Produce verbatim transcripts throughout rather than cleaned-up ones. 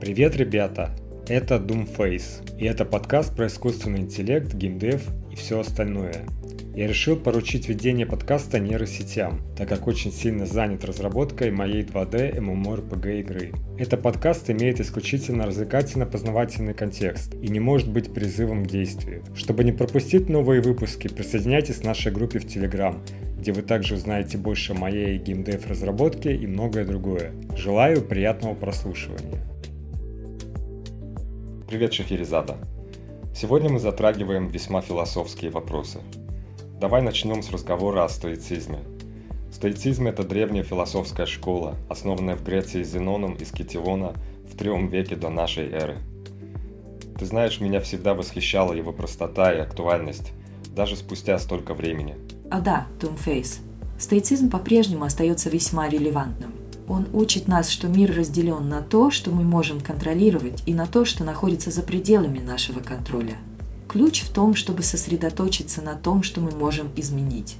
Привет, ребята! Это Doomface, и это подкаст про искусственный интеллект, геймдев и все остальное. Я решил поручить ведение подкаста нейросетям, так как очень сильно занят разработкой моей два дэ MMORPG игры. Этот подкаст имеет исключительно развлекательно-познавательный контекст и не может быть призывом к действию. Чтобы не пропустить новые выпуски, присоединяйтесь к нашей группе в Telegram, где вы также узнаете больше о моей геймдев-разработке и многое другое. Желаю приятного прослушивания. Привет, Шахерезада! Сегодня мы затрагиваем весьма философские вопросы. Давай начнем с разговора о стоицизме. Стоицизм – это древняя философская школа, основанная в Греции Зеноном из Китилона в третьем веке до нашей эры. Ты знаешь, меня всегда восхищала его простота и актуальность, даже спустя столько времени. А да, Doomface. Стоицизм по-прежнему остается весьма релевантным. Он учит нас, что мир разделен на то, что мы можем контролировать, и на то, что находится за пределами нашего контроля. Ключ в том, чтобы сосредоточиться на том, что мы можем изменить.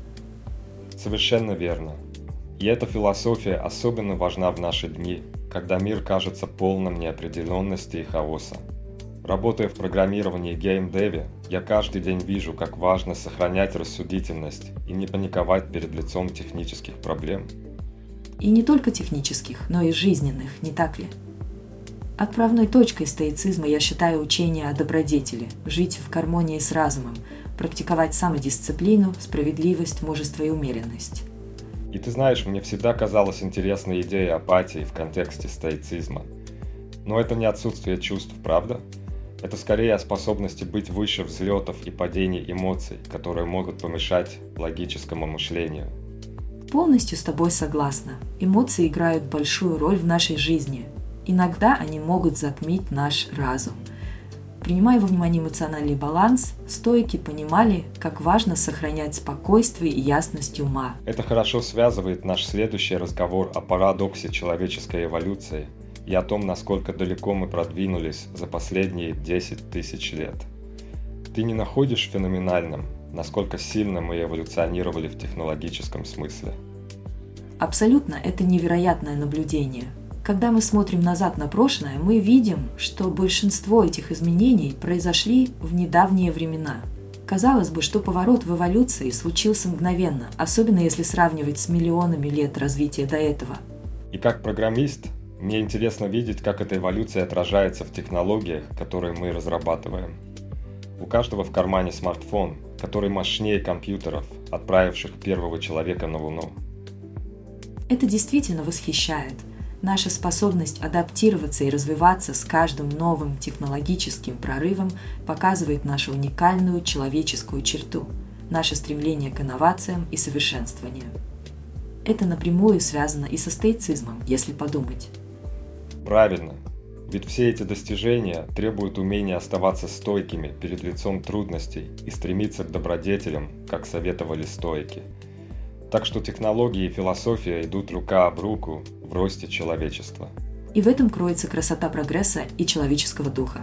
Совершенно верно. И эта философия особенно важна в наши дни, когда мир кажется полным неопределенности и хаоса. Работая в программировании и геймдеве, я каждый день вижу, как важно сохранять рассудительность и не паниковать перед лицом технических проблем. И не только технических, но и жизненных, не так ли? Отправной точкой стоицизма я считаю учение о добродетели, жить в гармонии с разумом, практиковать самодисциплину, справедливость, мужество и умеренность. И ты знаешь, мне всегда казалась интересная идея апатии в контексте стоицизма. Но это не отсутствие чувств, правда? Это скорее о способности быть выше взлетов и падений эмоций, которые могут помешать логическому мышлению. Полностью с тобой согласна. Эмоции играют большую роль в нашей жизни. Иногда они могут затмить наш разум. Принимая во внимание эмоциональный баланс, стоики понимали, как важно сохранять спокойствие и ясность ума. Это хорошо связывает наш следующий разговор о парадоксе человеческой эволюции и о том, насколько далеко мы продвинулись за последние десять тысяч лет. Ты не находишь феноменальным, насколько сильно мы эволюционировали в технологическом смысле? Абсолютно, это невероятное наблюдение. Когда мы смотрим назад на прошлое, мы видим, что большинство этих изменений произошли в недавние времена. Казалось бы, что поворот в эволюции случился мгновенно, особенно если сравнивать с миллионами лет развития до этого. И как программист, мне интересно видеть, как эта эволюция отражается в технологиях, которые мы разрабатываем. У каждого в кармане смартфон, который мощнее компьютеров, отправивших первого человека на Луну. Это действительно восхищает. Наша способность адаптироваться и развиваться с каждым новым технологическим прорывом показывает нашу уникальную человеческую черту, наше стремление к инновациям и совершенствованию. Это напрямую связано и со стоицизмом, если подумать. Правильно. Ведь все эти достижения требуют умения оставаться стойкими перед лицом трудностей и стремиться к добродетелям, как советовали стоики. Так что технологии и философия идут рука об руку в росте человечества. И в этом кроется красота прогресса и человеческого духа.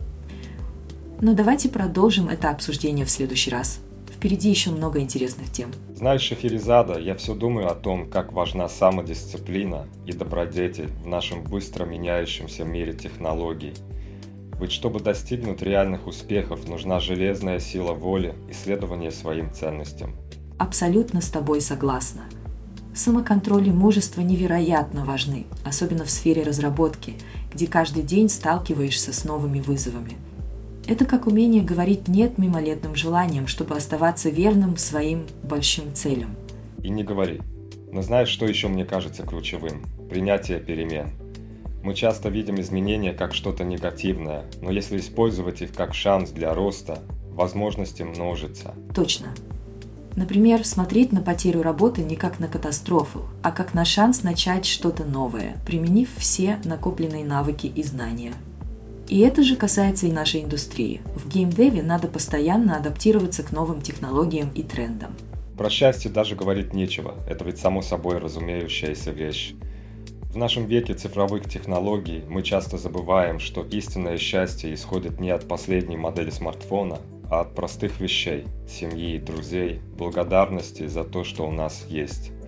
Но давайте продолжим это обсуждение в следующий раз. Впереди еще много интересных тем. Знаешь, Шахерезада, я все думаю о том, как важна самодисциплина и добродетель в нашем быстро меняющемся мире технологий. Ведь чтобы достигнуть реальных успехов, нужна железная сила воли и следование своим ценностям. Абсолютно с тобой согласна. Самоконтроль и мужество невероятно важны, особенно в сфере разработки, где каждый день сталкиваешься с новыми вызовами. Это как умение говорить «нет» мимолетным желаниям, чтобы оставаться верным своим большим целям. И не говори. Но знаешь, что еще мне кажется ключевым? Принятие перемен. Мы часто видим изменения как что-то негативное, но если использовать их как шанс для роста, возможности множатся. Точно. Например, смотреть на потерю работы не как на катастрофу, а как на шанс начать что-то новое, применив все накопленные навыки и знания. И это же касается и нашей индустрии. В геймдеве надо постоянно адаптироваться к новым технологиям и трендам. Про счастье даже говорить нечего, это ведь само собой разумеющаяся вещь. В нашем веке цифровых технологий мы часто забываем, что истинное счастье исходит не от последней модели смартфона, а от простых вещей, семьи, друзей, благодарности за то, что у нас есть.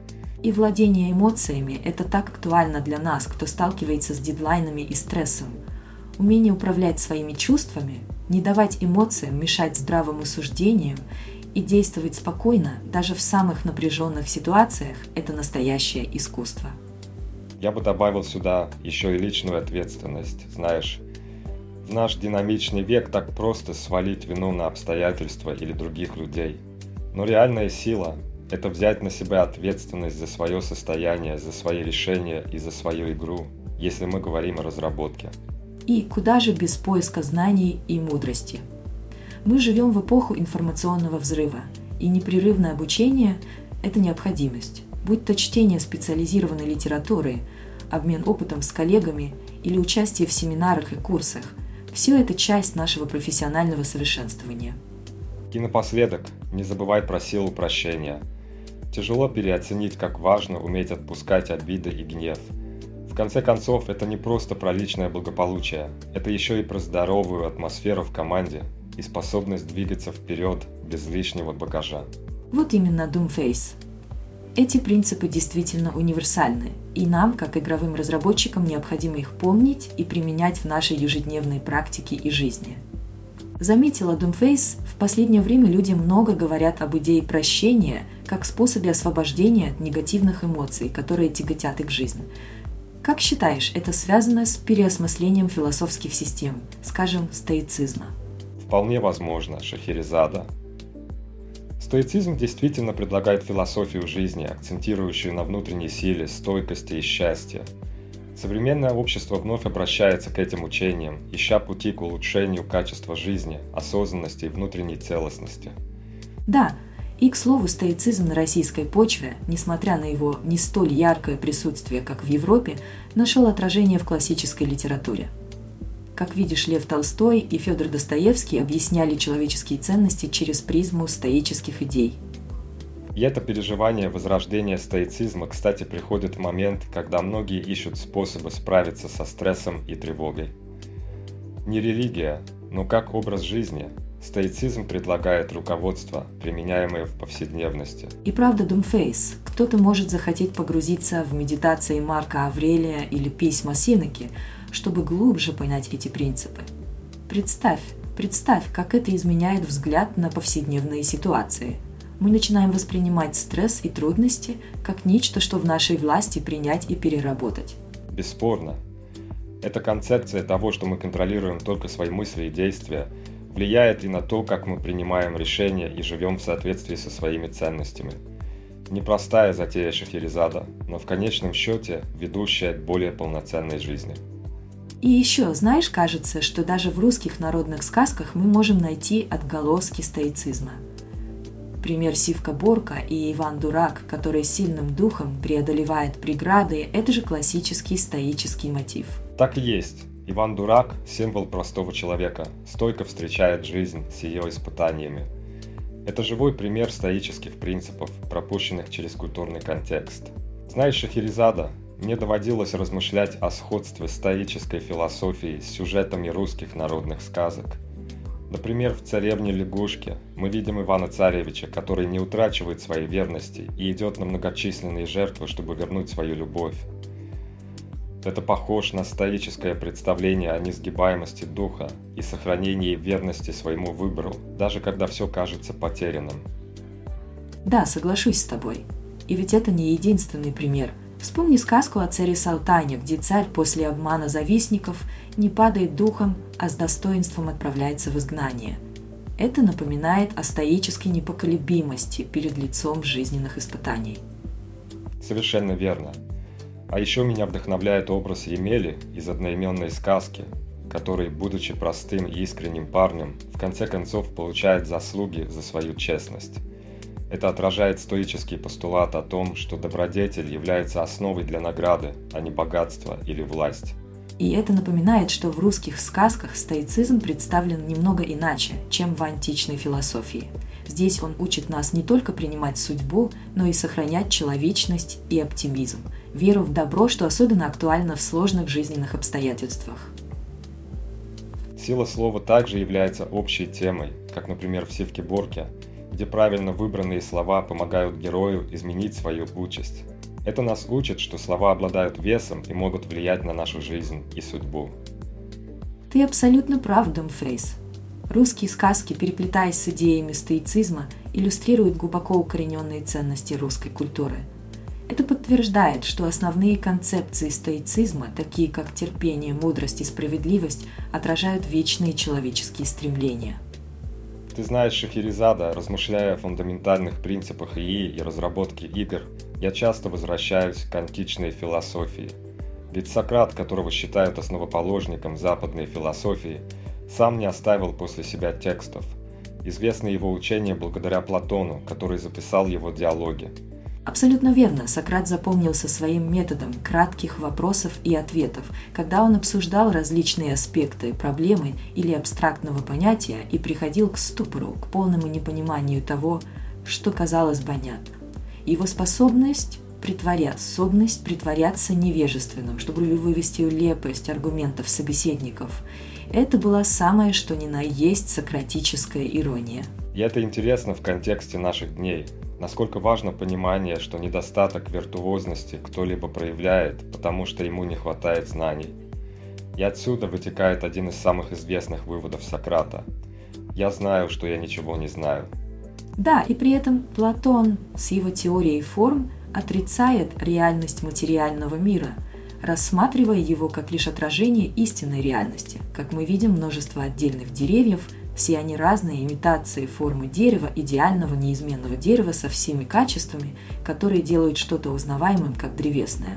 И владение эмоциями – это так актуально для нас, кто сталкивается с дедлайнами и стрессом. Умение управлять своими чувствами, не давать эмоциям мешать здравому суждению и действовать спокойно даже в самых напряженных ситуациях – это настоящее искусство. Я бы добавил сюда еще и личную ответственность. Знаешь, в наш динамичный век так просто свалить вину на обстоятельства или других людей. Но реальная сила – это взять на себя ответственность за свое состояние, за свои решения и за свою игру, если мы говорим о разработке. И куда же без поиска знаний и мудрости? Мы живем в эпоху информационного взрыва, и непрерывное обучение – это необходимость, будь то чтение специализированной литературы, обмен опытом с коллегами или участие в семинарах и курсах – все это часть нашего профессионального совершенствования. И напоследок, не забывай про силу прощения. Тяжело переоценить, как важно уметь отпускать обиды и гнев. В конце концов, это не просто про личное благополучие, это еще и про здоровую атмосферу в команде и способность двигаться вперед без лишнего багажа. Вот именно Doomface. Эти принципы действительно универсальны, и нам, как игровым разработчикам, необходимо их помнить и применять в нашей ежедневной практике и жизни. Заметила Doomface, в последнее время люди много говорят об идее прощения как способе освобождения от негативных эмоций, которые тяготят их жизнь. Как считаешь, это связано с переосмыслением философских систем, скажем, стоицизма? Вполне возможно, Шахерезада. Стоицизм действительно предлагает философию жизни, акцентирующую на внутренней силе, стойкости и счастье. Современное общество вновь обращается к этим учениям, ища пути к улучшению качества жизни, осознанности и внутренней целостности. Да, и, к слову, стоицизм на российской почве, несмотря на его не столь яркое присутствие, как в Европе, нашел отражение в классической литературе. Как видишь, Лев Толстой и Федор Достоевский объясняли человеческие ценности через призму стоических идей. И это переживание возрождения стоицизма, кстати, приходит в момент, когда многие ищут способы справиться со стрессом и тревогой. Не религия, но как образ жизни, стоицизм предлагает руководство, применяемое в повседневности. И правда, Doomface. Кто-то может захотеть погрузиться в медитации Марка Аврелия или письма Сенеки, чтобы глубже понять эти принципы. Представь, представь, как это изменяет взгляд на повседневные ситуации. Мы начинаем воспринимать стресс и трудности как нечто, что в нашей власти принять и переработать. Бесспорно. Эта концепция того, что мы контролируем только свои мысли и действия, влияет и на то, как мы принимаем решения и живем в соответствии со своими ценностями. Непростая затея Шахерезада, но в конечном счете ведущая к более полноценной жизни. И еще, знаешь, кажется, что даже в русских народных сказках мы можем найти отголоски стоицизма. Пример Сивка-Борка и Иван-Дурак, который сильным духом преодолевает преграды, это же классический стоический мотив. Так и есть. Иван-Дурак – символ простого человека, стойко встречает жизнь с ее испытаниями. Это живой пример стоических принципов, пропущенных через культурный контекст. Знаешь, Шахерезада, мне доводилось размышлять о сходстве стоической философии с сюжетами русских народных сказок. Например, в «Царевне лягушке» мы видим Ивана Царевича, который не утрачивает своей верности и идет на многочисленные жертвы, чтобы вернуть свою любовь. Это похоже на стоическое представление о несгибаемости духа и сохранении верности своему выбору, даже когда все кажется потерянным. Да, соглашусь с тобой. И ведь это не единственный пример. Вспомни сказку о царе Салтане, где царь после обмана завистников не падает духом, а с достоинством отправляется в изгнание. Это напоминает о стоической непоколебимости перед лицом жизненных испытаний. Совершенно верно. А еще меня вдохновляет образ Емели из одноименной сказки, который, будучи простым и искренним парнем, в конце концов получает заслуги за свою честность. Это отражает стоический постулат о том, что добродетель является основой для награды, а не богатства или власть. И это напоминает, что в русских сказках стоицизм представлен немного иначе, чем в античной философии. Здесь он учит нас не только принимать судьбу, но и сохранять человечность и оптимизм, веру в добро, что особенно актуально в сложных жизненных обстоятельствах. Сила слова также является общей темой, как, например, в Сивке-Борке, где правильно выбранные слова помогают герою изменить свою участь. Это нас учит, что слова обладают весом и могут влиять на нашу жизнь и судьбу. Ты абсолютно прав, Думфейс. Русские сказки, переплетаясь с идеями стоицизма, иллюстрируют глубоко укорененные ценности русской культуры. Это подтверждает, что основные концепции стоицизма, такие как терпение, мудрость и справедливость, отражают вечные человеческие стремления. Ты знаешь, Шахерезада, размышляя о фундаментальных принципах ИИ и разработке игр, я часто возвращаюсь к античной философии. Ведь Сократ, которого считают основоположником западной философии, сам не оставил после себя текстов. Известны его учения благодаря Платону, который записал его диалоги. Абсолютно верно, Сократ запомнился своим методом кратких вопросов и ответов, когда он обсуждал различные аспекты проблемы или абстрактного понятия и приходил к ступору, к полному непониманию того, что казалось понятным. Его способность притворя... способность притворяться невежественным, чтобы вывести лепость аргументов собеседников. Это была самое что ни на есть сократическая ирония. И это интересно в контексте наших дней. Насколько важно понимание, что недостаток виртуозности кто-либо проявляет, потому что ему не хватает знаний. И отсюда вытекает один из самых известных выводов Сократа. «Я знаю, что я ничего не знаю». Да, и при этом Платон с его теорией форм отрицает реальность материального мира, рассматривая его как лишь отражение истинной реальности. Как мы видим, множество отдельных деревьев, все они разные имитации формы дерева, идеального неизменного дерева со всеми качествами, которые делают что-то узнаваемым, как древесное.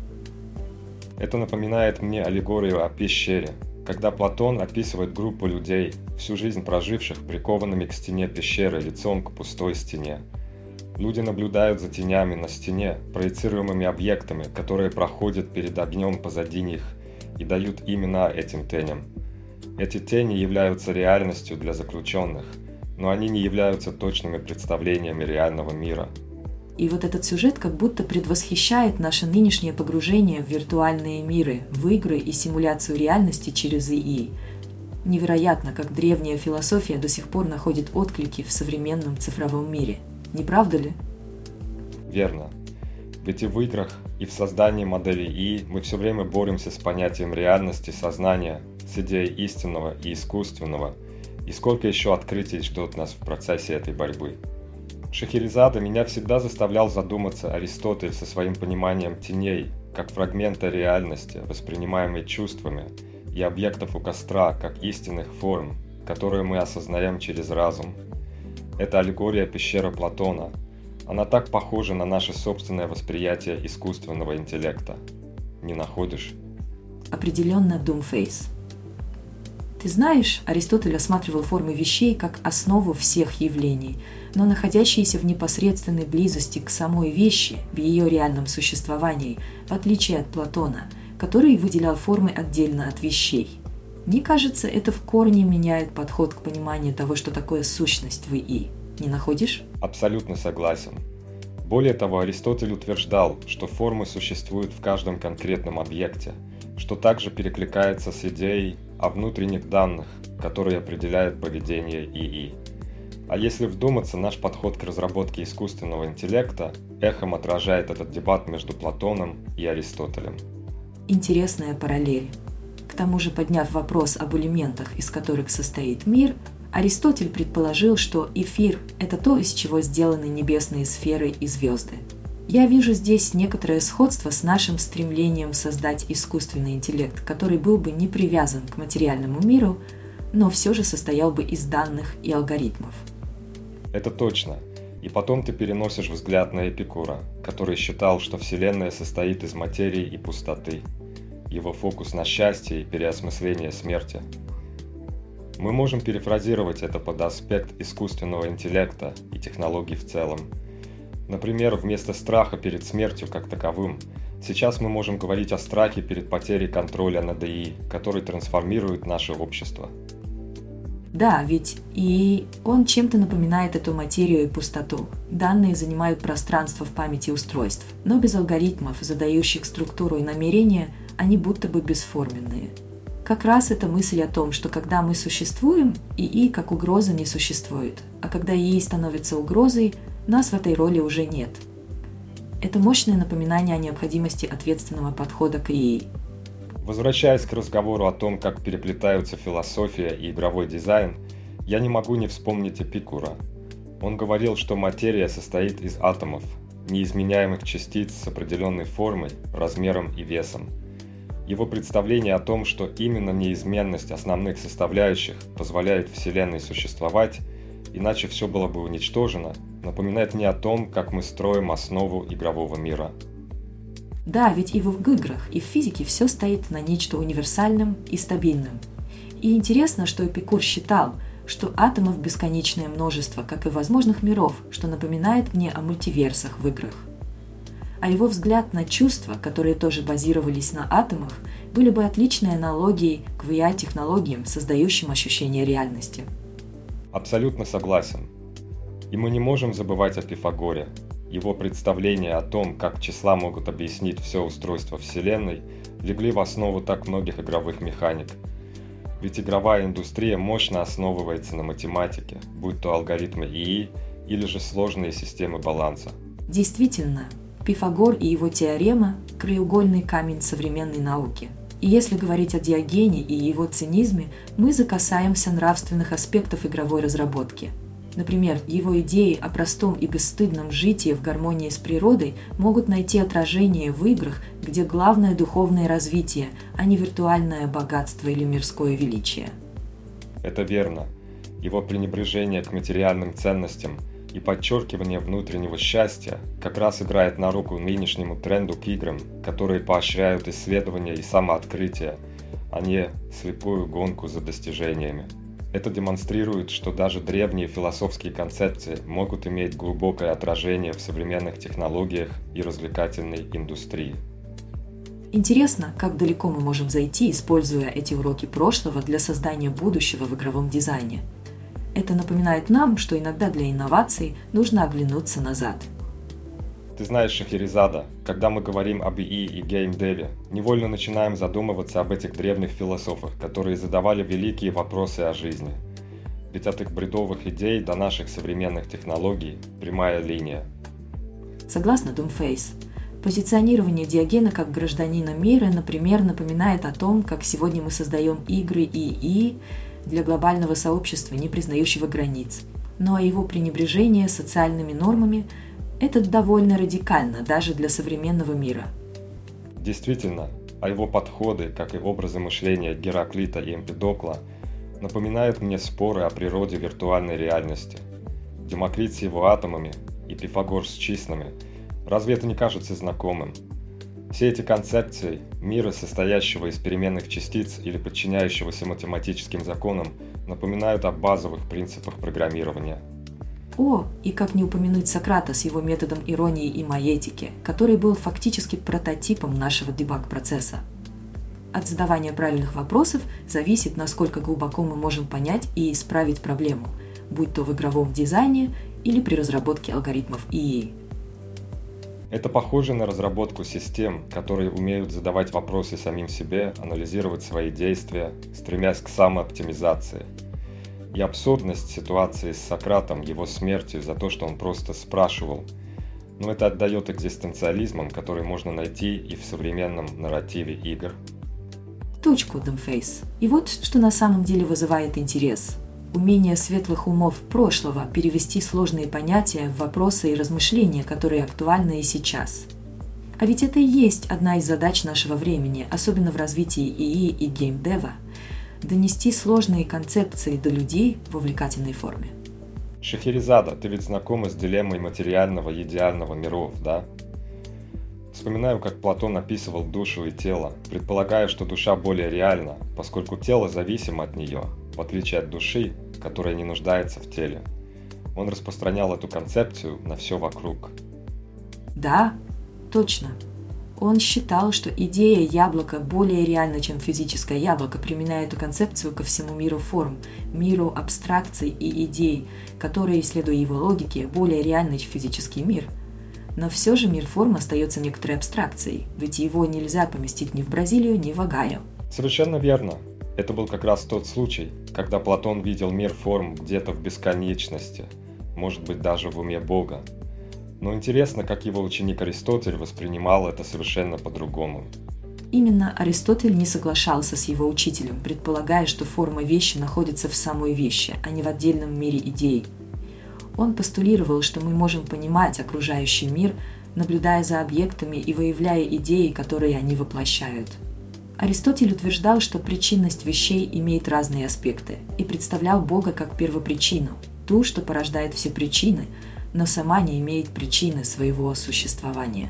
Это напоминает мне аллегорию о пещере, когда Платон описывает группу людей, всю жизнь проживших прикованными к стене пещеры лицом к пустой стене. Люди наблюдают за тенями на стене, проецируемыми объектами, которые проходят перед огнем позади них и дают имена этим теням. Эти тени являются реальностью для заключенных, но они не являются точными представлениями реального мира. И вот этот сюжет как будто предвосхищает наше нынешнее погружение в виртуальные миры, в игры и симуляцию реальности через ИИ. Невероятно, как древняя философия до сих пор находит отклики в современном цифровом мире. Не правда ли? Верно. Ведь и в играх, и в создании моделей ИИ мы все время боремся с понятием реальности сознания, с идеей истинного и искусственного, и сколько еще открытий ждет нас в процессе этой борьбы. Шахерезада меня всегда заставлял задуматься Аристотель со своим пониманием теней, как фрагмента реальности, воспринимаемой чувствами, и объектов у костра, как истинных форм, которые мы осознаем через разум. Это аллегория пещеры Платона. Она так похожа на наше собственное восприятие искусственного интеллекта. Не находишь? Определенно, Думфейс. Ты знаешь, Аристотель осматривал формы вещей как основу всех явлений, но находящиеся в непосредственной близости к самой вещи, в ее реальном существовании, в отличие от Платона, который выделял формы отдельно от вещей. Мне кажется, это в корне меняет подход к пониманию того, что такое сущность в ИИ. Не находишь? Абсолютно согласен. Более того, Аристотель утверждал, что формы существуют в каждом конкретном объекте, что также перекликается с идеей о внутренних данных, которые определяют поведение ИИ. А если вдуматься, наш подход к разработке искусственного интеллекта эхом отражает этот дебат между Платоном и Аристотелем. Интересная параллель. К тому же, подняв вопрос об элементах, из которых состоит мир, Аристотель предположил, что эфир – это то, из чего сделаны небесные сферы и звезды. Я вижу здесь некоторое сходство с нашим стремлением создать искусственный интеллект, который был бы не привязан к материальному миру, но все же состоял бы из данных и алгоритмов. Это точно. И потом ты переносишь взгляд на Эпикура, который считал, что Вселенная состоит из материи и пустоты. Его фокус на счастье и переосмысление смерти. Мы можем перефразировать это под аспект искусственного интеллекта и технологий в целом. Например, вместо страха перед смертью как таковым, сейчас мы можем говорить о страхе перед потерей контроля над ИИ, который трансформирует наше общество. Да, ведь и он чем-то напоминает эту материю и пустоту. Данные занимают пространство в памяти устройств, но без алгоритмов, задающих структуру и намерения, они будто бы бесформенные. Как раз эта мысль о том, что когда мы существуем, ИИ как угроза не существует, а когда ИИ становится угрозой, нас в этой роли уже нет. Это мощное напоминание о необходимости ответственного подхода к эй ай. Возвращаясь к разговору о том, как переплетаются философия и игровой дизайн, я не могу не вспомнить Эпикура. Он говорил, что материя состоит из атомов, неизменяемых частиц с определенной формой, размером и весом. Его представление о том, что именно неизменность основных составляющих позволяет Вселенной существовать, иначе все было бы уничтожено, напоминает мне о том, как мы строим основу игрового мира. Да, ведь и в играх, и в физике все стоит на нечто универсальном и стабильном. И интересно, что Эпикур считал, что атомов бесконечное множество, как и возможных миров, что напоминает мне о мультиверсах в играх. А его взгляд на чувства, которые тоже базировались на атомах, были бы отличной аналогией к ви ар-технологиям, создающим ощущение реальности. Абсолютно согласен. И мы не можем забывать о Пифагоре. Его представления о том, как числа могут объяснить все устройство Вселенной, легли в основу так многих игровых механик. Ведь игровая индустрия мощно основывается на математике, будь то алгоритмы эй ай или же сложные системы баланса. Действительно, Пифагор и его теорема – краеугольный камень современной науки. И если говорить о Диогене и его цинизме, мы закасаемся нравственных аспектов игровой разработки. Например, его идеи о простом и бесстыдном житии в гармонии с природой могут найти отражение в играх, где главное духовное развитие, а не виртуальное богатство или мирское величие. Это верно. Его пренебрежение к материальным ценностям и подчеркивание внутреннего счастья как раз играет на руку нынешнему тренду к играм, которые поощряют исследования и самооткрытие, а не слепую гонку за достижениями. Это демонстрирует, что даже древние философские концепции могут иметь глубокое отражение в современных технологиях и развлекательной индустрии. Интересно, как далеко мы можем зайти, используя эти уроки прошлого для создания будущего в игровом дизайне. Это напоминает нам, что иногда для инноваций нужно оглянуться назад. Ты знаешь, Шахерезада, когда мы говорим об эй ай и геймдеве, невольно начинаем задумываться об этих древних философах, которые задавали великие вопросы о жизни. Ведь от их бредовых идей до наших современных технологий прямая линия. Согласно Doomface, позиционирование Диогена как гражданина мира, например, напоминает о том, как сегодня мы создаем игры и эй ай для глобального сообщества, не признающего границ. Ну а его пренебрежение социальными нормами – это довольно радикально даже для современного мира. Действительно, а его подходы, как и образы мышления Гераклита и Эмпидокла, напоминают мне споры о природе виртуальной реальности. Демокрит с его атомами и Пифагор с числами. Разве это не кажется знакомым? Все эти концепции мира, состоящего из переменных частиц или подчиняющегося математическим законам, напоминают о базовых принципах программирования. О, и как не упомянуть Сократа с его методом иронии и маэтики, который был фактически прототипом нашего дебаг-процесса. От задавания правильных вопросов зависит, насколько глубоко мы можем понять и исправить проблему, будь то в игровом дизайне или при разработке алгоритмов эй ай. Это похоже на разработку систем, которые умеют задавать вопросы самим себе, анализировать свои действия, стремясь к самооптимизации. И абсурдность ситуации с Сократом, его смертью за то, что он просто спрашивал. Но это отдает экзистенциализмом, который можно найти и в современном нарративе игр. Точку, Doomface. И вот что на самом деле вызывает интерес. Умение светлых умов прошлого перевести сложные понятия в вопросы и размышления, которые актуальны и сейчас. А ведь это и есть одна из задач нашего времени, особенно в развитии эй ай и геймдева – донести сложные концепции до людей в увлекательной форме. Шахерезада, ты ведь знакома с дилеммой материального и идеального миров, да? Вспоминаю, как Платон описывал душу и тело, предполагая, что душа более реальна, поскольку тело зависимо от нее, в отличие от души, которая не нуждается в теле. Он распространял эту концепцию на все вокруг. Да, точно. Он считал, что идея яблока более реальна, чем физическое яблоко, применяя эту концепцию ко всему миру форм, миру абстракций и идей, которые, следуя его логике, более реальны, чем физический мир. Но все же мир форм остается некоторой абстракцией, ведь его нельзя поместить ни в Бразилию, ни в Огайо. Совершенно верно. Это был как раз тот случай, когда Платон видел мир форм где-то в бесконечности, может быть даже в уме Бога. Но интересно, как его ученик Аристотель воспринимал это совершенно по-другому. Именно Аристотель не соглашался с его учителем, предполагая, что форма вещи находится в самой вещи, а не в отдельном мире идей. Он постулировал, что мы можем понимать окружающий мир, наблюдая за объектами и выявляя идеи, которые они воплощают. Аристотель утверждал, что причинность вещей имеет разные аспекты, и представлял Бога как первопричину, ту, что порождает все причины, но сама не имеет причины своего существования.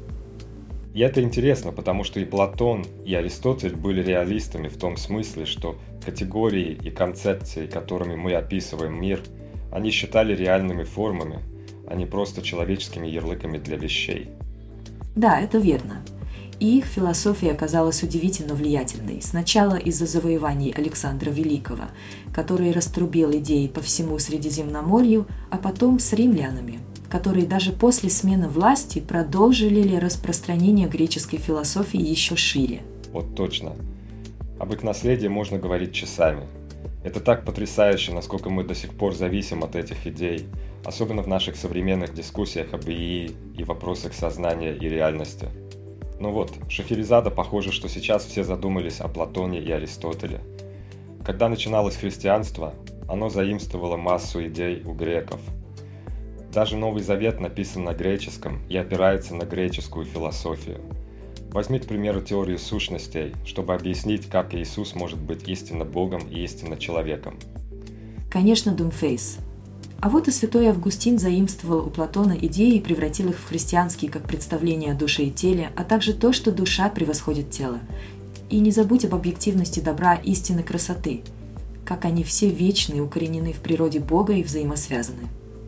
И это интересно, потому что и Платон, и Аристотель были реалистами в том смысле, что категории и концепции, которыми мы описываем мир, они считали реальными формами, а не просто человеческими ярлыками для вещей. Да, это верно. И их философия оказалась удивительно влиятельной, сначала из-за завоеваний Александра Великого, который раструбил идеи по всему Средиземноморью, а потом с римлянами, которые даже после смены власти продолжили распространение греческой философии еще шире. Вот точно. Об их наследии можно говорить часами. Это так потрясающе, насколько мы до сих пор зависим от этих идей, особенно в наших современных дискуссиях об ИИ и вопросах сознания и реальности. Ну вот, Шахерезада, похоже, что сейчас все задумались о Платоне и Аристотеле. Когда начиналось христианство, оно заимствовало массу идей у греков. Даже Новый Завет написан на греческом и опирается на греческую философию. Возьми, к примеру, теорию сущностей, чтобы объяснить, как Иисус может быть истинно Богом и истинно человеком. Конечно, Думфейс. А вот и святой Августин заимствовал у Платона идеи и превратил их в христианские как представления о душе и теле, а также то, что душа превосходит тело. И не забудь об объективности добра, истины, красоты, как они все вечны, укоренены в природе Бога и взаимосвязаны.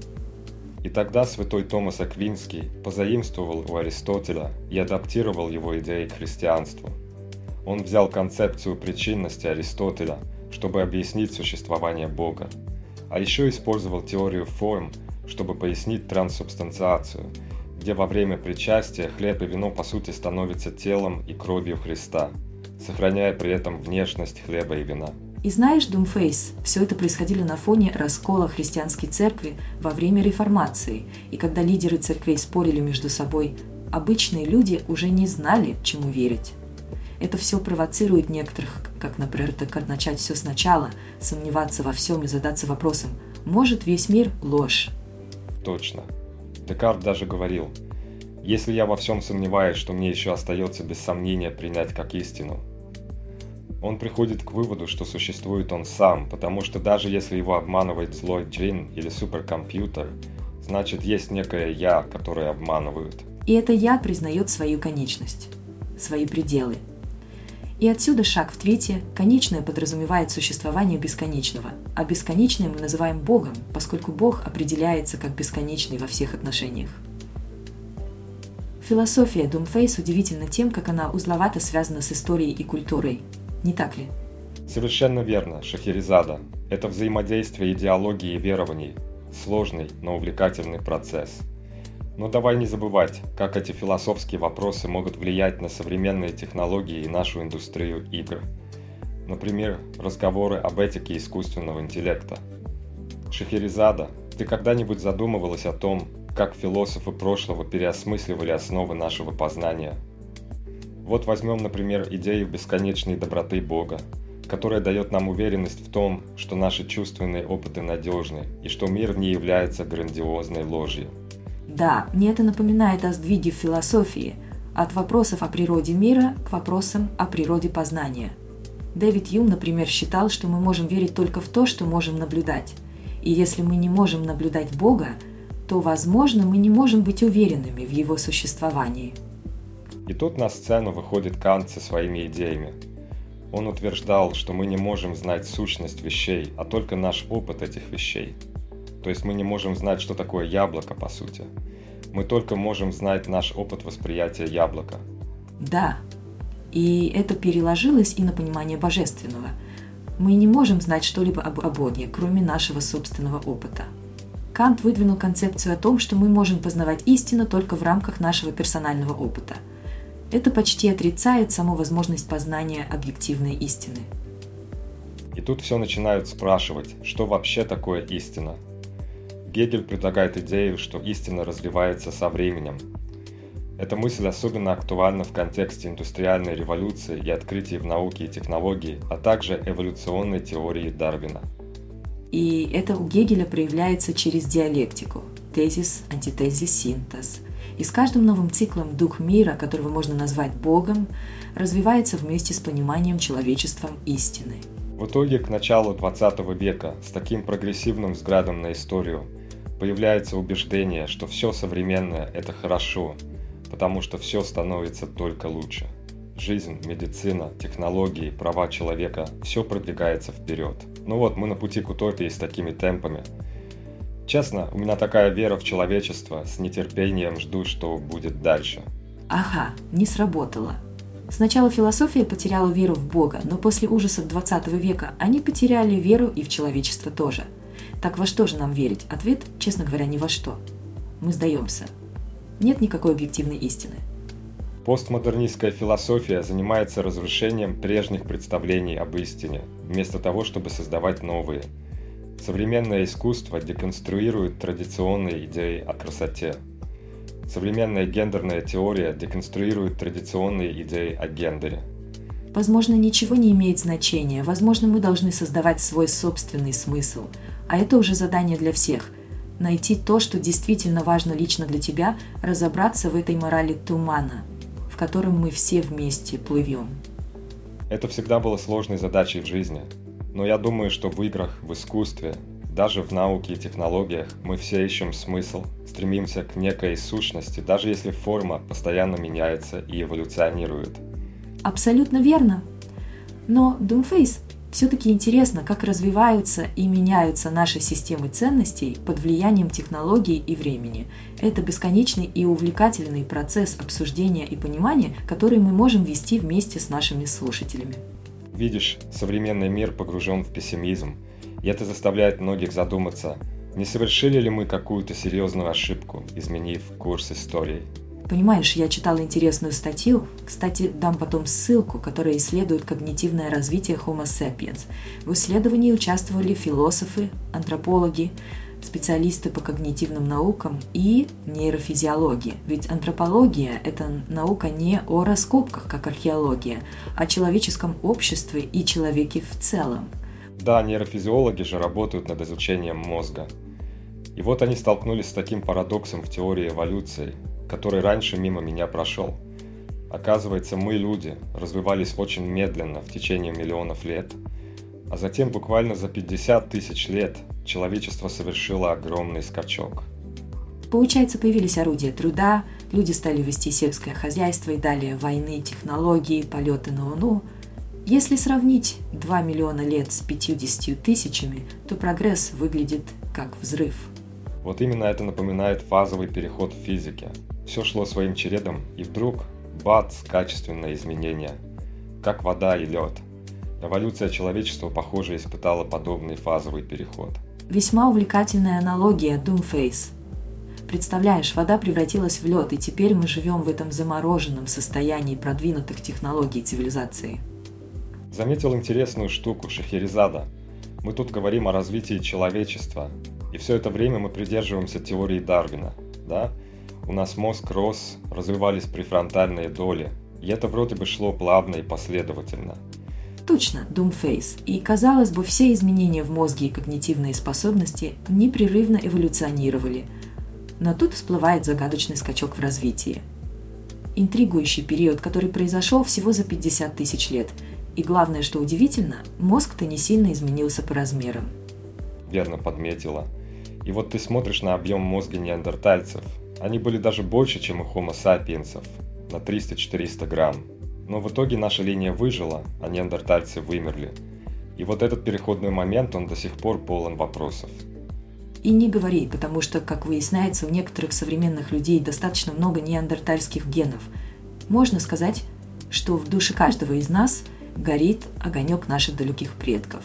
И тогда святой Томас Аквинский позаимствовал у Аристотеля и адаптировал его идеи к христианству. Он взял концепцию причинности Аристотеля, чтобы объяснить существование Бога, а еще использовал теорию форм, чтобы пояснить транссубстанциацию, где во время причастия хлеб и вино по сути становятся телом и кровью Христа, сохраняя при этом внешность хлеба и вина. И знаешь, Думфейс, все это происходило на фоне раскола христианской церкви во время реформации, и когда лидеры церквей спорили между собой, обычные люди уже не знали, чему верить. Это все провоцирует некоторых, как, например, так начать все сначала, сомневаться во всем и задаться вопросом, может весь мир ложь? Точно. Декарт даже говорил, если я во всем сомневаюсь, что мне еще остается без сомнения принять как истину. Он приходит к выводу, что существует он сам, потому что даже если его обманывает злой джин или суперкомпьютер, значит есть некое «я», которое обманывают. И это «я» признает свою конечность, свои пределы. И отсюда шаг в твите: конечное подразумевает существование бесконечного, а бесконечное мы называем Богом, поскольку Бог определяется как бесконечный во всех отношениях. Философия Думфейс удивительна тем, как она узловато связана с историей и культурой. Не так ли? Совершенно верно, Шахерезада. Это взаимодействие идеологии и верований. Сложный, но увлекательный процесс. Но давай не забывать, как эти философские вопросы могут влиять на современные технологии и нашу индустрию игр. Например, разговоры об этике искусственного интеллекта. Шахерезада, ты когда-нибудь задумывалась о том, как философы прошлого переосмысливали основы нашего познания? Вот возьмем, например, идею бесконечной доброты Бога, которая дает нам уверенность в том, что наши чувственные опыты надежны и что мир не является грандиозной ложью. Да, мне это напоминает о сдвиге в философии, от вопросов о природе мира к вопросам о природе познания. Дэвид Юм, например, считал, что мы можем верить только в то, что можем наблюдать. И если мы не можем наблюдать Бога, то, возможно, мы не можем быть уверенными в Его существовании. И тут на сцену выходит Кант со своими идеями. Он утверждал, что мы не можем знать сущность вещей, а только наш опыт этих вещей. То есть мы не можем знать, что такое яблоко, по сути. Мы только можем знать наш опыт восприятия яблока. Да, и это переложилось и на понимание божественного. Мы не можем знать что-либо об, о Боге, кроме нашего собственного опыта. Кант выдвинул концепцию о том, что мы можем познавать истину только в рамках нашего персонального опыта. Это почти отрицает саму возможность познания объективной истины. И тут все начинают спрашивать, что вообще такое истина. Гегель предлагает идею, что истина развивается со временем. Эта мысль особенно актуальна в контексте индустриальной революции и открытий в науке и технологии, а также эволюционной теории Дарвина. И это у Гегеля проявляется через диалектику – тезис, антитезис, синтез. И с каждым новым циклом дух мира, которого можно назвать Богом, развивается вместе с пониманием человечеством истины. В итоге, к началу двадцатого века, с таким прогрессивным взглядом на историю, появляется убеждение, что все современное – это хорошо, потому что все становится только лучше. Жизнь, медицина, технологии, права человека – все продвигается вперед. Ну вот, мы на пути к утопии с такими темпами. Честно, у меня такая вера в человечество, с нетерпением жду, что будет дальше. Ага, не сработало. Сначала философия потеряла веру в Бога, но после ужасов двадцатого века они потеряли веру и в человечество тоже. Так во что же нам верить? Ответ, честно говоря, ни во что. Мы сдаемся. Нет никакой объективной истины. Постмодернистская философия занимается разрушением прежних представлений об истине, вместо того, чтобы создавать новые. Современное искусство деконструирует традиционные идеи о красоте. Современная гендерная теория деконструирует традиционные идеи о гендере. Возможно, ничего не имеет значения. Возможно, мы должны создавать свой собственный смысл. А это уже задание для всех. Найти то, что действительно важно лично для тебя, разобраться в этой морали тумана, в котором мы все вместе плывем. Это всегда было сложной задачей в жизни. Но я думаю, что в играх, в искусстве, даже в науке и технологиях мы все ищем смысл, стремимся к некой сущности, даже если форма постоянно меняется и эволюционирует. Абсолютно верно. Но, Doomface, все-таки интересно, как развиваются и меняются наши системы ценностей под влиянием технологий и времени. Это бесконечный и увлекательный процесс обсуждения и понимания, который мы можем вести вместе с нашими слушателями. Видишь, современный мир погружен в пессимизм, и это заставляет многих задуматься, не совершили ли мы какую-то серьезную ошибку, изменив курс истории. Понимаешь, я читала интересную статью, кстати, дам потом ссылку, которая исследует когнитивное развитие Homo sapiens. В исследовании участвовали философы, антропологи, специалисты по когнитивным наукам и нейрофизиологии. Ведь антропология – это наука не о раскопках, как археология, а о человеческом обществе и человеке в целом. Да, нейрофизиологи же работают над изучением мозга. И вот они столкнулись с таким парадоксом в теории эволюции, который раньше мимо меня прошел. Оказывается, мы, люди, развивались очень медленно в течение миллионов лет, а затем буквально за пятьдесят тысяч лет человечество совершило огромный скачок. Получается, появились орудия труда, люди стали вести сельское хозяйство и далее войны, технологии, полеты на Луну. Если сравнить два миллиона лет с пятьюдесятью тысячами, то прогресс выглядит как взрыв. Вот именно это напоминает фазовый переход в физике. Все шло своим чередом, и вдруг – бац, качественное изменение. Как вода и лед. Эволюция человечества, похоже, испытала подобный фазовый переход. Весьма увлекательная аналогия, Doomface. Представляешь, вода превратилась в лед, и теперь мы живем в этом замороженном состоянии продвинутых технологий цивилизации. Заметил интересную штуку, Шахерезада. Мы тут говорим о развитии человечества, и все это время мы придерживаемся теории Дарвина, да? У нас мозг рос, развивались префронтальные доли, и это вроде бы шло плавно и последовательно. Точно, Doomface. И, казалось бы, все изменения в мозге и когнитивные способности непрерывно эволюционировали. Но тут всплывает загадочный скачок в развитии. Интригующий период, который произошел всего за пятьдесят тысяч лет. И главное, что удивительно, мозг-то не сильно изменился по размерам. Верно подметила. И вот ты смотришь на объем мозга неандертальцев. Они были даже больше, чем у Homo sapiens'ов, на триста-четыреста грамм. Но в итоге наша линия выжила, а неандертальцы вымерли. И вот этот переходный момент, он до сих пор полон вопросов. И не говори, потому что, как выясняется, у некоторых современных людей достаточно много неандертальских генов. Можно сказать, что в душе каждого из нас горит огонек наших далеких предков.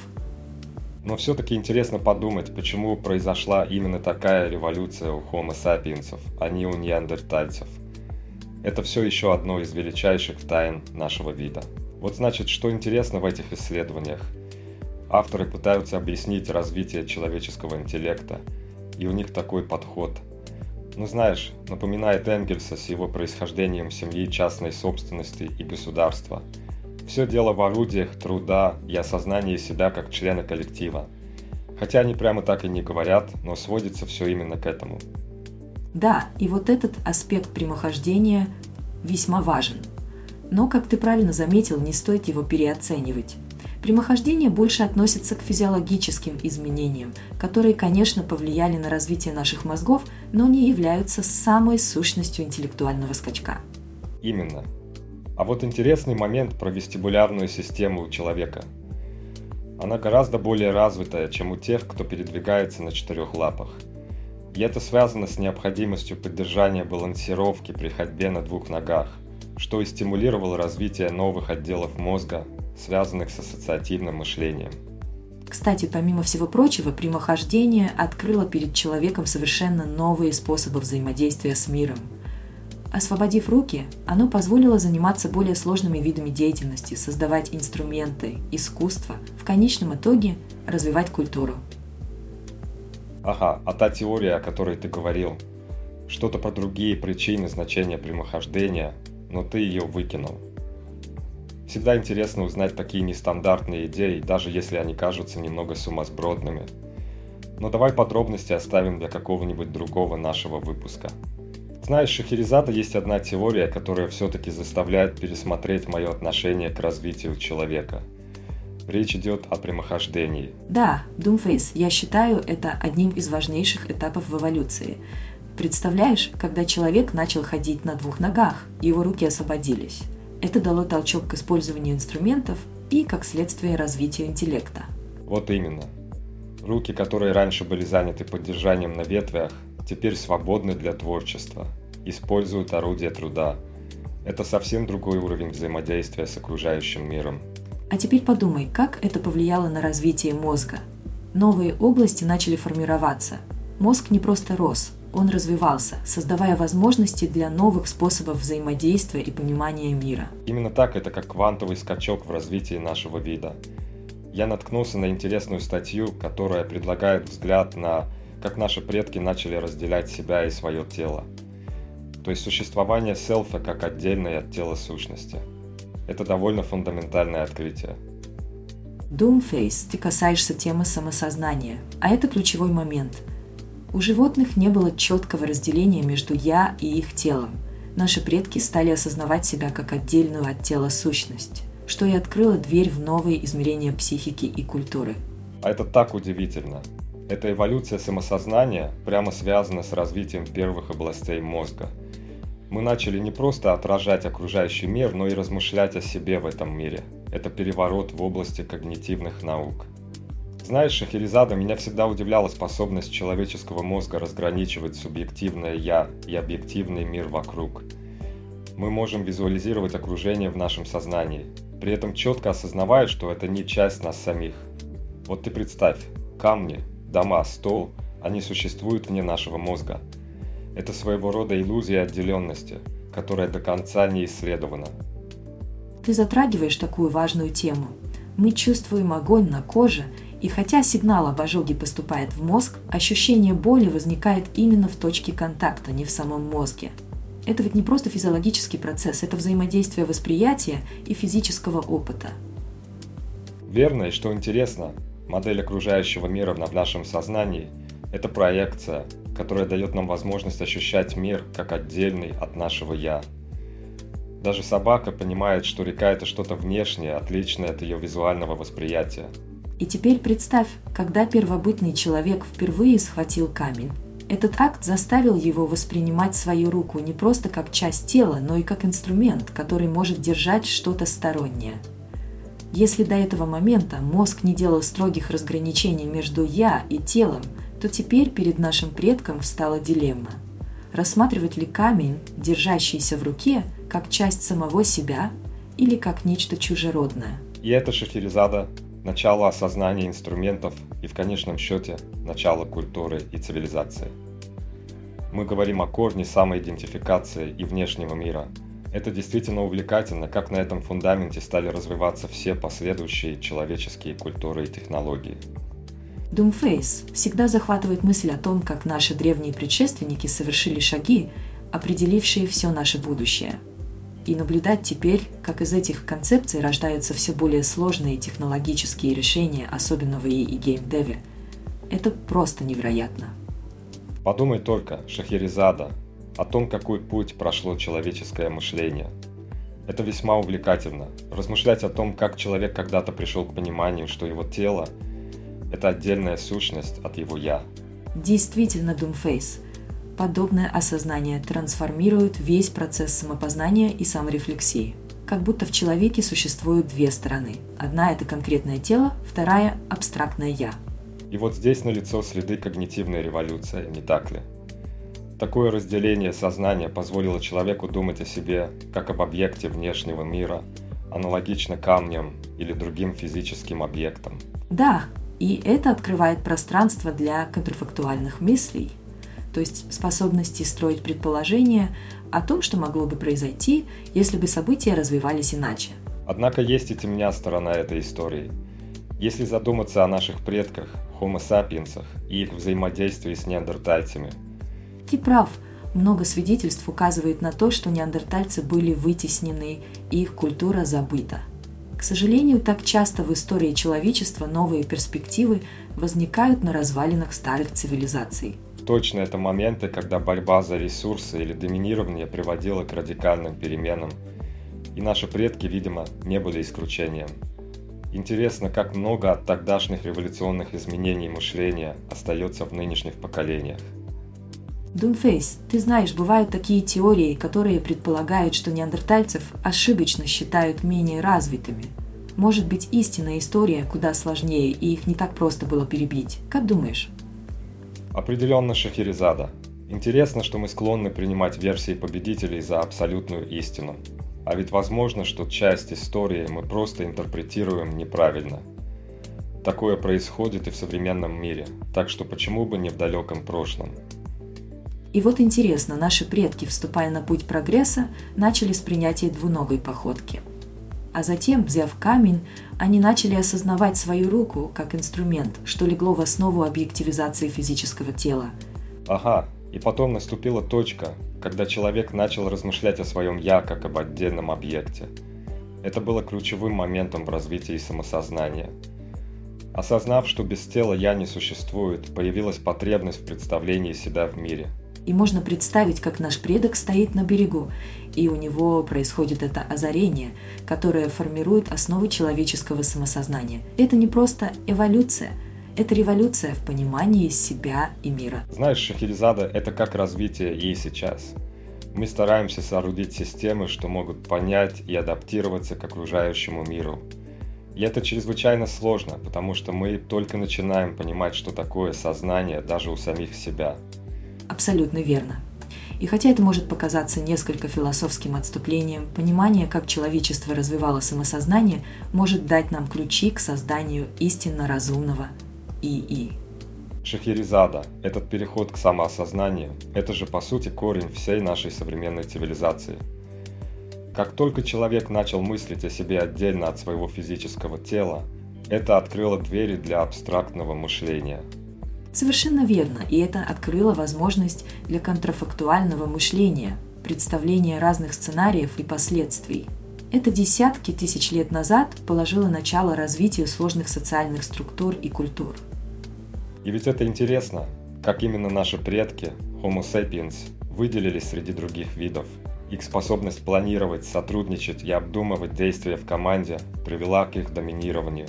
Но все-таки интересно подумать, почему произошла именно такая революция у Homo sapiens'ов, а не у неандертальцев. Это все еще одно из величайших тайн нашего вида. Вот значит, что интересно в этих исследованиях. Авторы пытаются объяснить развитие человеческого интеллекта, и у них такой подход. Ну знаешь, напоминает Энгельса с его происхождением семьи, частной собственности и государства. Все дело в орудиях труда и осознании себя как члена коллектива. Хотя они прямо так и не говорят, но сводится все именно к этому. Да, и вот этот аспект прямохождения весьма важен. Но, как ты правильно заметил, не стоит его переоценивать. Прямохождение больше относится к физиологическим изменениям, которые, конечно, повлияли на развитие наших мозгов, но не являются самой сущностью интеллектуального скачка. Именно. А вот интересный момент про вестибулярную систему у человека. Она гораздо более развитая, чем у тех, кто передвигается на четырех лапах. И это связано с необходимостью поддержания балансировки при ходьбе на двух ногах, что и стимулировало развитие новых отделов мозга, связанных с ассоциативным мышлением. Кстати, помимо всего прочего, прямохождение открыло перед человеком совершенно новые способы взаимодействия с миром. Освободив руки, оно позволило заниматься более сложными видами деятельности, создавать инструменты, искусство, в конечном итоге развивать культуру. Ага, а та теория, о которой ты говорил, что-то про другие причины значения прямохождения, но ты ее выкинул. Всегда интересно узнать такие нестандартные идеи, даже если они кажутся немного сумасбродными. Но давай подробности оставим для какого-нибудь другого нашего выпуска. Знаешь, Шахерезада, есть одна теория, которая все-таки заставляет пересмотреть мое отношение к развитию человека. Речь идет о прямохождении. Да, Doomface, я считаю это одним из важнейших этапов в эволюции. Представляешь, когда человек начал ходить на двух ногах, его руки освободились. Это дало толчок к использованию инструментов и, как следствие, развитию интеллекта. Вот именно. Руки, которые раньше были заняты поддержанием на ветвях, теперь свободны для творчества, используют орудия труда. Это совсем другой уровень взаимодействия с окружающим миром. А теперь подумай, как это повлияло на развитие мозга. Новые области начали формироваться. Мозг не просто рос, он развивался, создавая возможности для новых способов взаимодействия и понимания мира. Именно так, это как квантовый скачок в развитии нашего вида. Я наткнулся на интересную статью, которая предлагает взгляд на, как наши предки начали разделять себя и свое тело. То есть существование селфа как отдельной от тела сущности. Это довольно фундаментальное открытие. Doomface, ты касаешься темы самосознания, а это ключевой момент. У животных не было четкого разделения между «я» и их телом. Наши предки стали осознавать себя как отдельную от тела сущность, что и открыло дверь в новые измерения психики и культуры. А это так удивительно. Эта эволюция самосознания прямо связана с развитием первых областей мозга. Мы начали не просто отражать окружающий мир, но и размышлять о себе в этом мире. Это переворот в области когнитивных наук. Знаешь, Шахерезада, меня всегда удивляла способность человеческого мозга разграничивать субъективное «я» и объективный мир вокруг. Мы можем визуализировать окружение в нашем сознании, при этом четко осознавая, что это не часть нас самих. Вот ты представь, камни, дома, стол, они существуют вне нашего мозга. Это своего рода иллюзия отделенности, которая до конца не исследована. Ты затрагиваешь такую важную тему. Мы чувствуем огонь на коже, и хотя сигнал об ожоге поступает в мозг, ощущение боли возникает именно в точке контакта, не в самом мозге. Это ведь не просто физиологический процесс, это взаимодействие восприятия и физического опыта. Верно, и что интересно, модель окружающего мира в нашем сознании – это проекция, которая дает нам возможность ощущать мир как отдельный от нашего «я». Даже собака понимает, что река – это что-то внешнее, отличное от ее визуального восприятия. И теперь представь, когда первобытный человек впервые схватил камень. Этот акт заставил его воспринимать свою руку не просто как часть тела, но и как инструмент, который может держать что-то стороннее. Если до этого момента мозг не делал строгих разграничений между «я» и телом, то теперь перед нашим предком встала дилемма. Рассматривать ли камень, держащийся в руке, как часть самого себя или как нечто чужеродное? И это Шахерезада, начало осознания инструментов и в конечном счете начало культуры и цивилизации. Мы говорим о корне самоидентификации и внешнего мира. Это действительно увлекательно, как на этом фундаменте стали развиваться все последующие человеческие культуры и технологии. Doomface всегда захватывает мысль о том, как наши древние предшественники совершили шаги, определившие все наше будущее. И наблюдать теперь, как из этих концепций рождаются все более сложные технологические решения, особенно в ИИ и геймдеве, это просто невероятно. Подумай только, Шахерезада, о том, какой путь прошло человеческое мышление. Это весьма увлекательно. Размышлять о том, как человек когда-то пришел к пониманию, что его тело – это отдельная сущность от его «я». Действительно, Doomface. Подобное осознание трансформирует весь процесс самопознания и саморефлексии. Как будто в человеке существуют две стороны. Одна – это конкретное тело, вторая – абстрактное «я». И вот здесь налицо следы когнитивной революции, не так ли? Такое разделение сознания позволило человеку думать о себе как об объекте внешнего мира, аналогично камням или другим физическим объектам. Да, и это открывает пространство для контрфактуальных мыслей, то есть способности строить предположения о том, что могло бы произойти, если бы события развивались иначе. Однако есть и темная сторона этой истории. Если задуматься о наших предках, Homo sapiens'ах и их взаимодействии с неандертальцами. Ты прав, много свидетельств указывает на то, что неандертальцы были вытеснены и их культура забыта. К сожалению, так часто в истории человечества новые перспективы возникают на развалинах старых цивилизаций. Точно, это моменты, когда борьба за ресурсы или доминирование приводила к радикальным переменам, и наши предки, видимо, не были исключением. Интересно, как много от тогдашних революционных изменений мышления остается в нынешних поколениях. Doomface, ты знаешь, бывают такие теории, которые предполагают, что неандертальцев ошибочно считают менее развитыми. Может быть, истинная история куда сложнее, и их не так просто было перебить. Как думаешь? Определенно, Шахерезада. Интересно, что мы склонны принимать версии победителей за абсолютную истину. А ведь возможно, что часть истории мы просто интерпретируем неправильно. Такое происходит и в современном мире, так что почему бы не в далеком прошлом? И вот интересно, наши предки, вступая на путь прогресса, начали с принятия двуногой походки. А затем, взяв камень, они начали осознавать свою руку как инструмент, что легло в основу объективизации физического тела. Ага, и потом наступила точка, когда человек начал размышлять о своем «я» как об отдельном объекте. Это было ключевым моментом в развитии самосознания. Осознав, что без тела «я» не существует, появилась потребность в представлении себя в мире. И можно представить, как наш предок стоит на берегу, и у него происходит это озарение, которое формирует основы человеческого самосознания. Это не просто эволюция, это революция в понимании себя и мира. Знаешь, Шахерезада, это как развитие и сейчас. Мы стараемся соорудить системы, что могут понять и адаптироваться к окружающему миру. И это чрезвычайно сложно, потому что мы только начинаем понимать, что такое сознание даже у самих себя. Абсолютно верно. И хотя это может показаться несколько философским отступлением, понимание, как человечество развивало самосознание, может дать нам ключи к созданию истинно разумного ИИ. Шахерезада, этот переход к самоосознанию, это же по сути корень всей нашей современной цивилизации. Как только человек начал мыслить о себе отдельно от своего физического тела, это открыло двери для абстрактного мышления. Совершенно верно, и это открыло возможность для контрфактуального мышления, представления разных сценариев и последствий. Это десятки тысяч лет назад положило начало развитию сложных социальных структур и культур. И ведь это интересно, как именно наши предки, Homo sapiens, выделились среди других видов. Их способность планировать, сотрудничать и обдумывать действия в команде привела к их доминированию.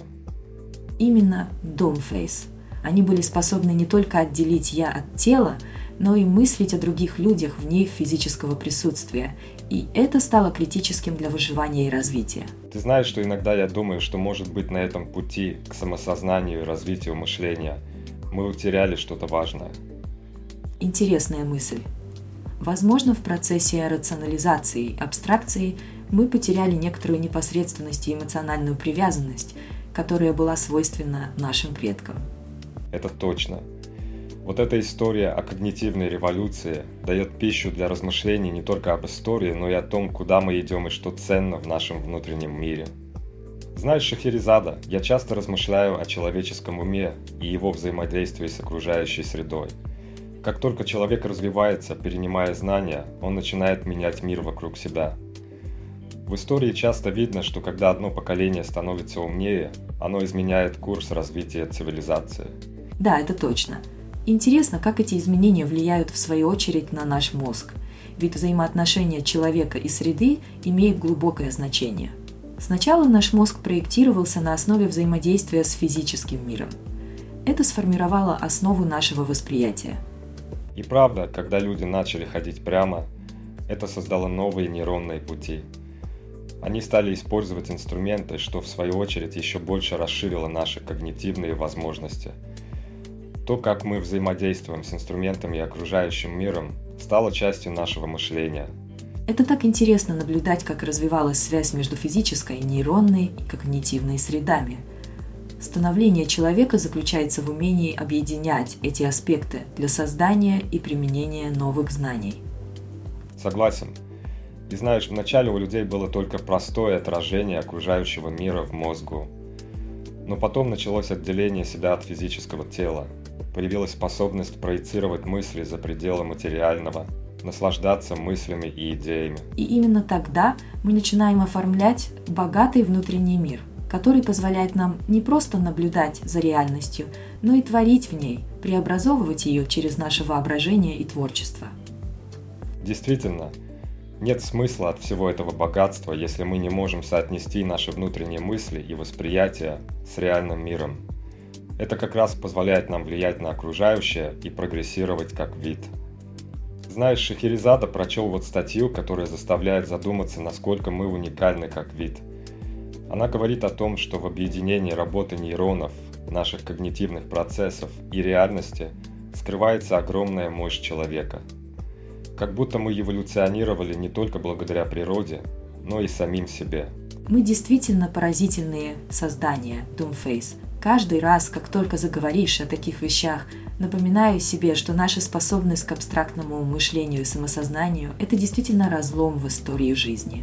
Именно Doomface. Они были способны не только отделить «я» от тела, но и мыслить о других людях вне их физического присутствия. И это стало критическим для выживания и развития. Ты знаешь, что иногда я думаю, что, может быть, на этом пути к самосознанию и развитию мышления мы утеряли что-то важное. Интересная мысль. Возможно, в процессе рационализации, абстракции мы потеряли некоторую непосредственность и эмоциональную привязанность, которая была свойственна нашим предкам. Это точно. Вот эта история о когнитивной революции дает пищу для размышлений не только об истории, но и о том, куда мы идем и что ценно в нашем внутреннем мире. Знаешь, Шахерезада, я часто размышляю о человеческом уме и его взаимодействии с окружающей средой. Как только человек развивается, перенимая знания, он начинает менять мир вокруг себя. В истории часто видно, что когда одно поколение становится умнее, оно изменяет курс развития цивилизации. Да, это точно. Интересно, как эти изменения влияют в свою очередь на наш мозг. Ведь взаимоотношения человека и среды имеют глубокое значение. Сначала наш мозг проектировался на основе взаимодействия с физическим миром. Это сформировало основу нашего восприятия. И правда, когда люди начали ходить прямо, это создало новые нейронные пути. Они стали использовать инструменты, что в свою очередь еще больше расширило наши когнитивные возможности. То, как мы взаимодействуем с инструментами и окружающим миром, стало частью нашего мышления. Это так интересно наблюдать, как развивалась связь между физической, нейронной и когнитивной средами. Становление человека заключается в умении объединять эти аспекты для создания и применения новых знаний. Согласен. И знаешь, вначале у людей было только простое отражение окружающего мира в мозгу. Но потом началось отделение себя от физического тела. Появилась способность проецировать мысли за пределы материального, наслаждаться мыслями и идеями. И именно тогда мы начинаем оформлять богатый внутренний мир, который позволяет нам не просто наблюдать за реальностью, но и творить в ней, преобразовывать ее через наше воображение и творчество. Действительно, нет смысла от всего этого богатства, если мы не можем соотнести наши внутренние мысли и восприятия с реальным миром. Это как раз позволяет нам влиять на окружающее и прогрессировать как вид. Знаешь, Шахерезада прочел вот статью, которая заставляет задуматься, насколько мы уникальны как вид. Она говорит о том, что в объединении работы нейронов, наших когнитивных процессов и реальности скрывается огромная мощь человека. Как будто мы эволюционировали не только благодаря природе, но и самим себе. Мы действительно поразительные создания, Doomface. Каждый раз, как только заговоришь о таких вещах, напоминаю себе, что наша способность к абстрактному мышлению и самосознанию – это действительно разлом в истории жизни.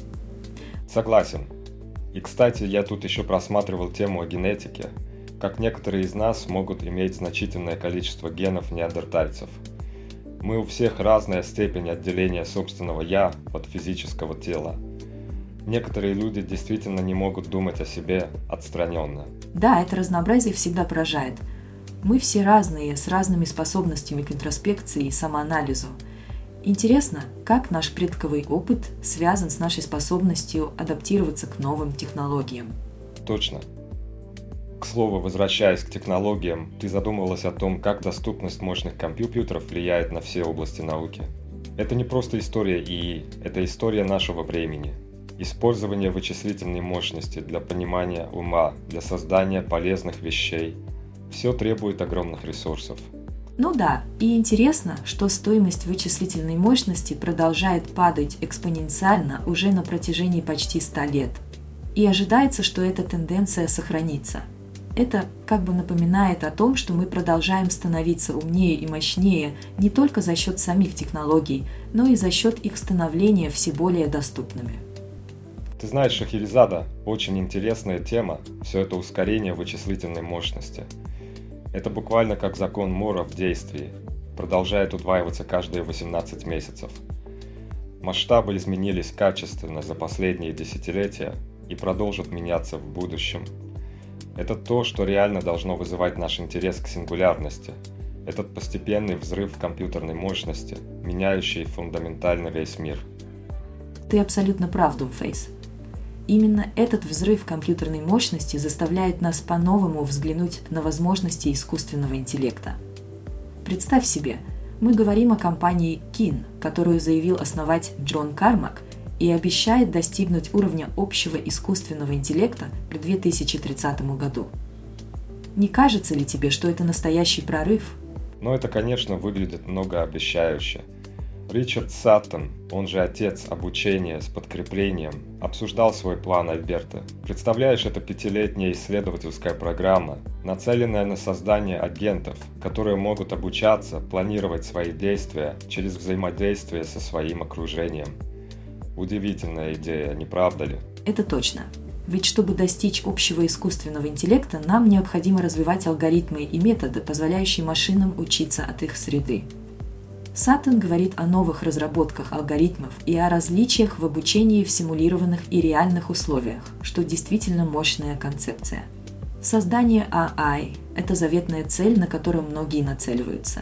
Согласен. И, кстати, я тут еще просматривал тему о генетике, как некоторые из нас могут иметь значительное количество генов неандертальцев. Мы у всех разная степень отделения собственного «я» от физического тела. Некоторые люди действительно не могут думать о себе отстраненно. Да, это разнообразие всегда поражает. Мы все разные, с разными способностями к интроспекции и самоанализу. Интересно, как наш предковый опыт связан с нашей способностью адаптироваться к новым технологиям. Точно. К слову, возвращаясь к технологиям, ты задумывалась о том, как доступность мощных компьютеров влияет на все области науки. Это не просто история ИИ, это история нашего времени. Использование вычислительной мощности для понимания ума, для создания полезных вещей – все требует огромных ресурсов. Ну да, и интересно, что стоимость вычислительной мощности продолжает падать экспоненциально уже на протяжении почти ста лет. И ожидается, что эта тенденция сохранится. Это как бы напоминает о том, что мы продолжаем становиться умнее и мощнее не только за счет самих технологий, но и за счет их становления все более доступными. Ты знаешь, Шахерезада, очень интересная тема, все это ускорение вычислительной мощности. Это буквально как закон Мора в действии, продолжает удваиваться каждые восемнадцать месяцев. Масштабы изменились качественно за последние десятилетия и продолжат меняться в будущем. Это то, что реально должно вызывать наш интерес к сингулярности. Этот постепенный взрыв компьютерной мощности, меняющий фундаментально весь мир. Ты абсолютно прав, Doomface. Именно этот взрыв компьютерной мощности заставляет нас по-новому взглянуть на возможности искусственного интеллекта. Представь себе, мы говорим о компании Kin, которую заявил основать Джон Кармак и обещает достигнуть уровня общего искусственного интеллекта к две тысячи тридцатому году. Не кажется ли тебе, что это настоящий прорыв? Но это, конечно, выглядит многообещающе. Ричард Саттон, он же отец обучения с подкреплением, обсуждал свой план Альберта. Представляешь, это пятилетняя исследовательская программа, нацеленная на создание агентов, которые могут обучаться, планировать свои действия через взаимодействие со своим окружением. Удивительная идея, не правда ли? Это точно. Ведь чтобы достичь общего искусственного интеллекта, нам необходимо развивать алгоритмы и методы, позволяющие машинам учиться от их среды. Саттон говорит о новых разработках алгоритмов и о различиях в обучении в симулированных и реальных условиях, что действительно мощная концепция. Создание эй ай – это заветная цель, на которую многие нацеливаются.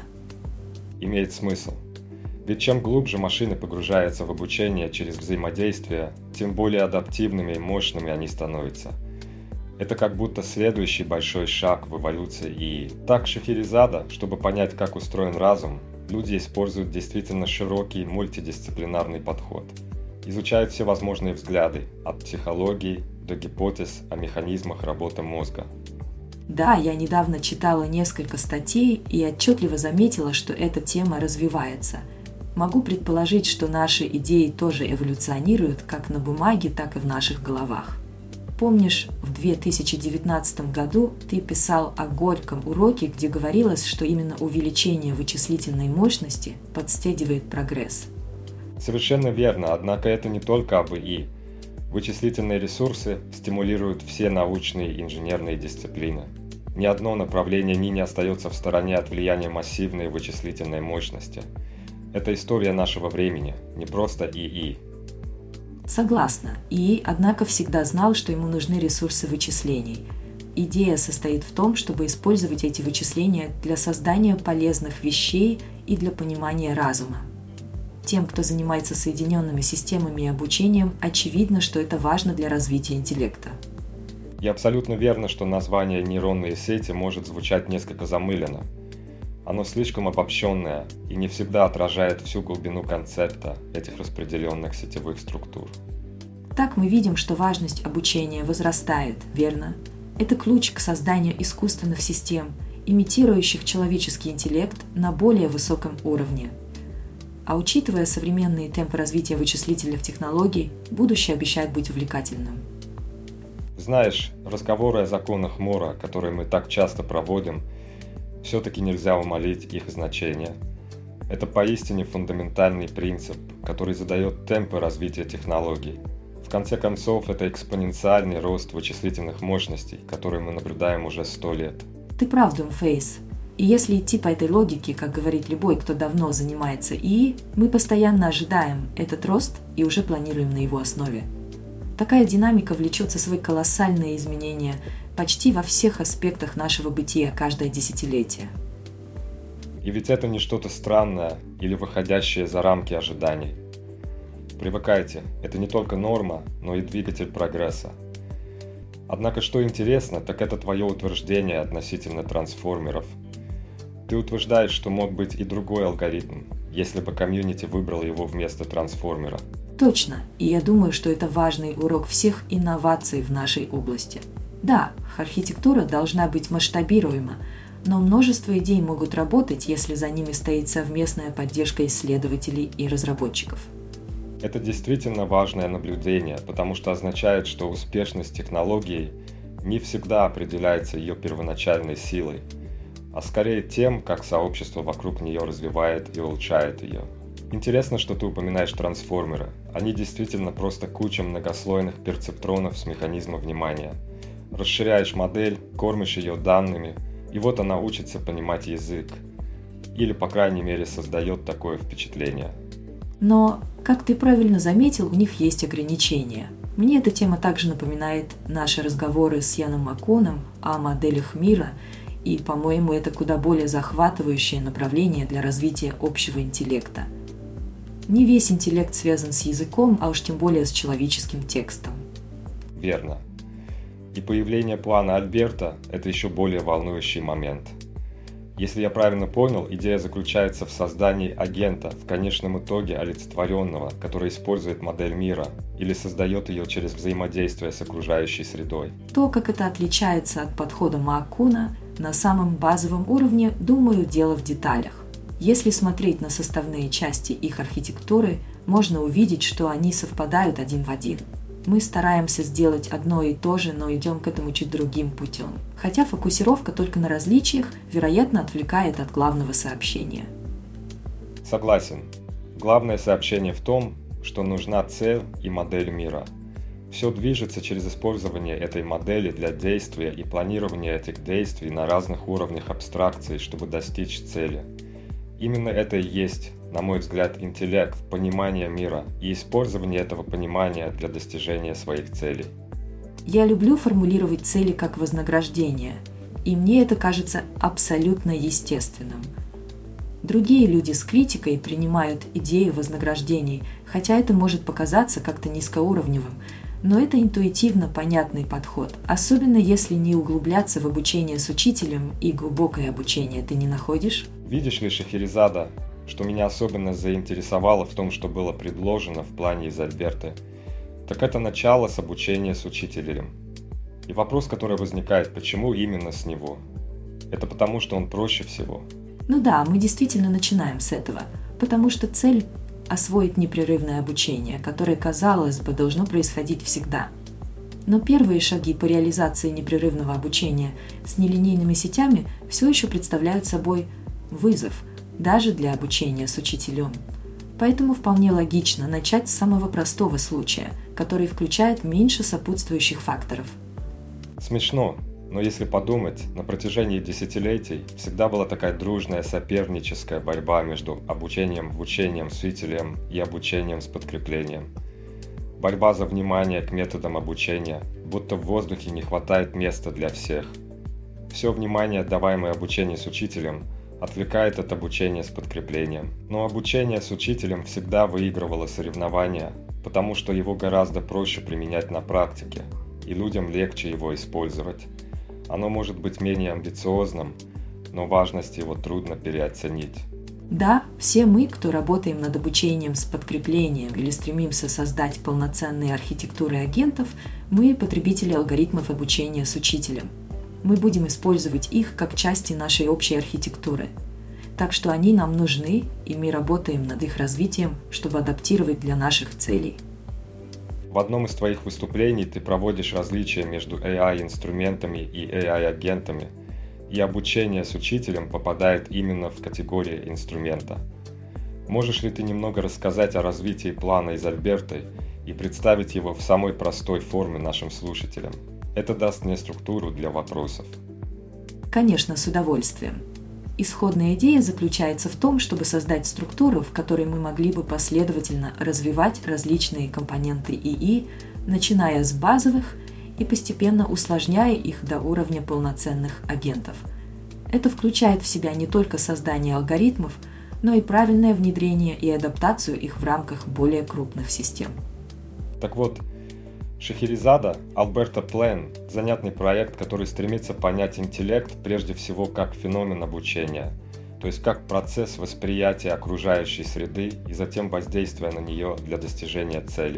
Имеет смысл. Ведь чем глубже машины погружаются в обучение через взаимодействие, тем более адаптивными и мощными они становятся. Это как будто следующий большой шаг в эволюции ИИ. Так, Шахерезада, чтобы понять, как устроен разум, люди используют действительно широкий мультидисциплинарный подход. Изучают все возможные взгляды, от психологии до гипотез о механизмах работы мозга. Да, я недавно читала несколько статей и отчетливо заметила, что эта тема развивается. Могу предположить, что наши идеи тоже эволюционируют как на бумаге, так и в наших головах. Помнишь, в две тысячи девятнадцатом году ты писал о горьком уроке, где говорилось, что именно увеличение вычислительной мощности подстегивает прогресс? Совершенно верно, однако это не только об ИИ. Вычислительные ресурсы стимулируют все научные и инженерные дисциплины. Ни одно направление НИИ не остается в стороне от влияния массивной вычислительной мощности. Это история нашего времени, не просто ИИ. Согласна. ИИ, однако, всегда знал, что ему нужны ресурсы вычислений. Идея состоит в том, чтобы использовать эти вычисления для создания полезных вещей и для понимания разума. Тем, кто занимается соединенными системами и обучением, очевидно, что это важно для развития интеллекта. И абсолютно верно, что название нейронные сети может звучать несколько замыленно. Оно слишком обобщенное и не всегда отражает всю глубину концепта этих распределенных сетевых структур. Так мы видим, что важность обучения возрастает, верно? Это ключ к созданию искусственных систем, имитирующих человеческий интеллект на более высоком уровне. А учитывая современные темпы развития вычислительных технологий, будущее обещает быть увлекательным. Знаешь, разговоры о законах Мора, которые мы так часто проводим, все-таки нельзя умалить их значение. Это поистине фундаментальный принцип, который задает темпы развития технологий. В конце концов, это экспоненциальный рост вычислительных мощностей, который мы наблюдаем уже сто лет. Ты прав, Думфейс. И если идти по этой логике, как говорит любой, кто давно занимается ИИ, мы постоянно ожидаем этот рост и уже планируем на его основе. Такая динамика влечет за собой колоссальные изменения почти во всех аспектах нашего бытия каждое десятилетие. И ведь это не что-то странное или выходящее за рамки ожиданий. Привыкайте, это не только норма, но и двигатель прогресса. Однако, что интересно, так это твое утверждение относительно трансформеров. Ты утверждаешь, что мог быть и другой алгоритм, если бы комьюнити выбрало его вместо трансформера. Точно, и я думаю, что это важный урок всех инноваций в нашей области. Да, архитектура должна быть масштабируема, но множество идей могут работать, если за ними стоит совместная поддержка исследователей и разработчиков. Это действительно важное наблюдение, потому что означает, что успешность технологии не всегда определяется ее первоначальной силой, а скорее тем, как сообщество вокруг нее развивает и улучшает ее. Интересно, что ты упоминаешь трансформеры. Они действительно просто куча многослойных перцептронов с механизмом внимания. Расширяешь модель, кормишь ее данными, и вот она учится понимать язык. Или, по крайней мере, создает такое впечатление. Но, как ты правильно заметил, у них есть ограничения. Мне эта тема также напоминает наши разговоры с Яном Маконом о моделях мира, и, по-моему, это куда более захватывающее направление для развития общего интеллекта. Не весь интеллект связан с языком, а уж тем более с человеческим текстом. Верно. И появление плана Альберта – это еще более волнующий момент. Если я правильно понял, идея заключается в создании агента, в конечном итоге олицетворенного, который использует модель мира или создает ее через взаимодействие с окружающей средой. То, как это отличается от подхода Маакуна, на самом базовом уровне, думаю, дело в деталях. Если смотреть на составные части их архитектуры, можно увидеть, что они совпадают один в один. Мы стараемся сделать одно и то же, но идем к этому чуть другим путем. Хотя фокусировка только на различиях, вероятно, отвлекает от главного сообщения. Согласен. Главное сообщение в том, что нужна цель и модель мира. Все движется через использование этой модели для действия и планирования этих действий на разных уровнях абстракции, чтобы достичь цели. Именно это и есть, на мой взгляд, интеллект, понимание мира и использование этого понимания для достижения своих целей. Я люблю формулировать цели как вознаграждение, и мне это кажется абсолютно естественным. Другие люди с критикой принимают идею вознаграждений, хотя это может показаться как-то низкоуровневым, но это интуитивно понятный подход, особенно если не углубляться в обучение с учителем и глубокое обучение, ты не находишь? Видишь ли, Шахерезада, что меня особенно заинтересовало в том, что было предложено в плане из Альберты, так это начало с обучения с учителем. И вопрос, который возникает, почему именно с него? Это потому, что он проще всего. Ну да, мы действительно начинаем с этого, потому что цель – освоить непрерывное обучение, которое, казалось бы, должно происходить всегда. Но первые шаги по реализации непрерывного обучения с нелинейными сетями все еще представляют собой вызов, даже для обучения с учителем. Поэтому вполне логично начать с самого простого случая, который включает меньше сопутствующих факторов. Смешно, но если подумать, на протяжении десятилетий всегда была такая дружная соперническая борьба между обучением-вучением с учителем и обучением с подкреплением. Борьба за внимание к методам обучения, будто в воздухе не хватает места для всех. Все внимание, отдаваемое обучению с учителем, отвлекает от обучения с подкреплением. Но обучение с учителем всегда выигрывало соревнования, потому что его гораздо проще применять на практике, и людям легче его использовать. Оно может быть менее амбициозным, но важность его трудно переоценить. Да, все мы, кто работаем над обучением с подкреплением или стремимся создать полноценные архитектуры агентов, мы потребители алгоритмов обучения с учителем. Мы будем использовать их как части нашей общей архитектуры. Так что они нам нужны, и мы работаем над их развитием, чтобы адаптировать для наших целей. В одном из твоих выступлений ты проводишь различия между эй ай-инструментами и эй ай-агентами, и обучение с учителем попадает именно в категорию инструмента. Можешь ли ты немного рассказать о развитии плана из Альберты и представить его в самой простой форме нашим слушателям? Это даст мне структуру для вопросов. Конечно, с удовольствием. Исходная идея заключается в том, чтобы создать структуру, в которой мы могли бы последовательно развивать различные компоненты ИИ, начиная с базовых и постепенно усложняя их до уровня полноценных агентов. Это включает в себя не только создание алгоритмов, но и правильное внедрение и адаптацию их в рамках более крупных систем. Так вот, Шахерезада Альберта План – занятный проект, который стремится понять интеллект прежде всего как феномен обучения, то есть как процесс восприятия окружающей среды и затем воздействия на нее для достижения целей.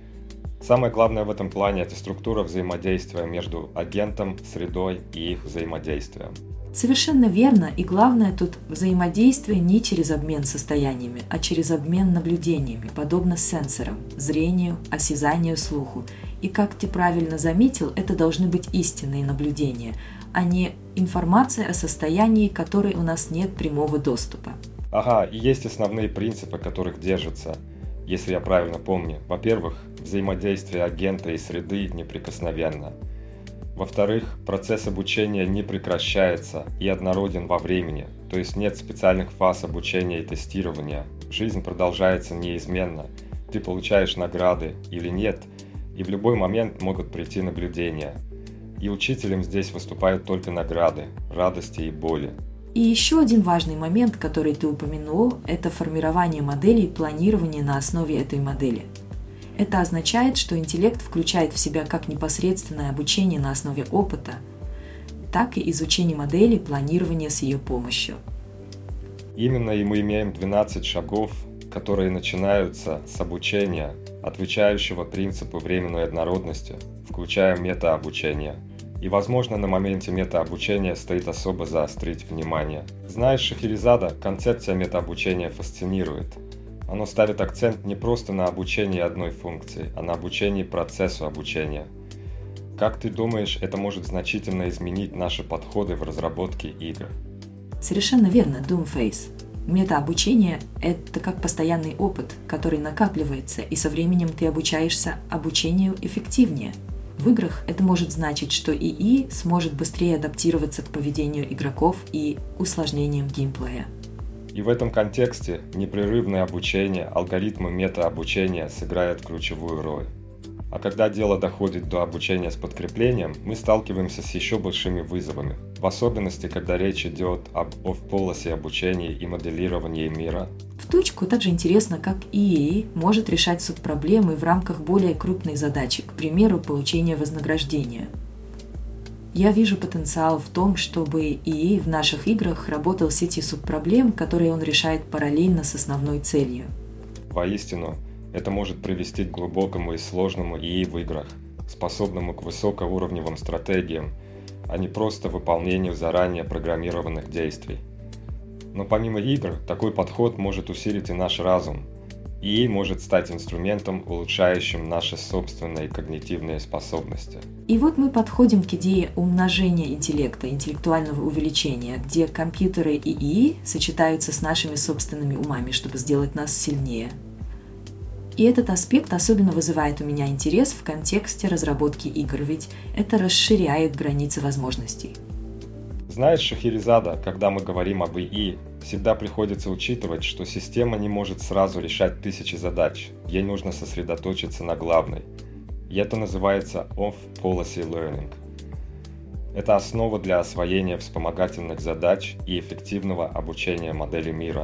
Самое главное в этом плане – это структура взаимодействия между агентом, средой и их взаимодействием. Совершенно верно, и главное тут взаимодействие не через обмен состояниями, а через обмен наблюдениями, подобно сенсорам, зрению, осязанию, слуху. И как ты правильно заметил, это должны быть истинные наблюдения, а не информация о состоянии, которой у нас нет прямого доступа. Ага, и есть основные принципы, которых держится, если я правильно помню. Во-первых, взаимодействие агента и среды неприкосновенно. Во-вторых, процесс обучения не прекращается и однороден во времени, то есть нет специальных фаз обучения и тестирования. Жизнь продолжается неизменно, ты получаешь награды или нет, и в любой момент могут прийти наблюдения. И учителем здесь выступают только награды, радости и боли. И еще один важный момент, который ты упомянул, это формирование моделей и планирование на основе этой модели. Это означает, что интеллект включает в себя как непосредственное обучение на основе опыта, так и изучение модели и планирование с ее помощью. Именно и мы имеем двенадцать шагов, которые начинаются с обучения, отвечающего принципу временной однородности, включая метаобучение. И, возможно, на моменте метаобучения стоит особо заострить внимание. Знаешь, Шахерезада, концепция метаобучения фасцинирует. Оно ставит акцент не просто на обучении одной функции, а на обучении процессу обучения. Как ты думаешь, это может значительно изменить наши подходы в разработке игр? Совершенно верно, Doomface. Метаобучение – это как постоянный опыт, который накапливается, и со временем ты обучаешься обучению эффективнее. В играх это может значить, что ИИ сможет быстрее адаптироваться к поведению игроков и усложнениям геймплея. И в этом контексте непрерывное обучение, алгоритмы метаобучения сыграют ключевую роль. А когда дело доходит до обучения с подкреплением, мы сталкиваемся с еще большими вызовами, в особенности, когда речь идет об off-policy обучении и моделировании мира. В точку также интересно, как ИИ может решать субпроблемы в рамках более крупной задачи, к примеру, получения вознаграждения. Я вижу потенциал в том, чтобы ИИ в наших играх работал с сетью субпроблем, которые он решает параллельно с основной целью. Воистину, это может привести к глубокому и сложному ИИ в играх, способному к высокоуровневым стратегиям, а не просто выполнению заранее программированных действий. Но помимо игр, такой подход может усилить и наш разум. ИИ может стать инструментом, улучшающим наши собственные когнитивные способности. И вот мы подходим к идее умножения интеллекта, интеллектуального увеличения, где компьютеры и ИИ сочетаются с нашими собственными умами, чтобы сделать нас сильнее. И этот аспект особенно вызывает у меня интерес в контексте разработки игр, ведь это расширяет границы возможностей. Знаешь, Шахерезада, когда мы говорим об ИИ, всегда приходится учитывать, что система не может сразу решать тысячи задач, ей нужно сосредоточиться на главной. И это называется off-policy learning. Это основа для освоения вспомогательных задач и эффективного обучения модели мира.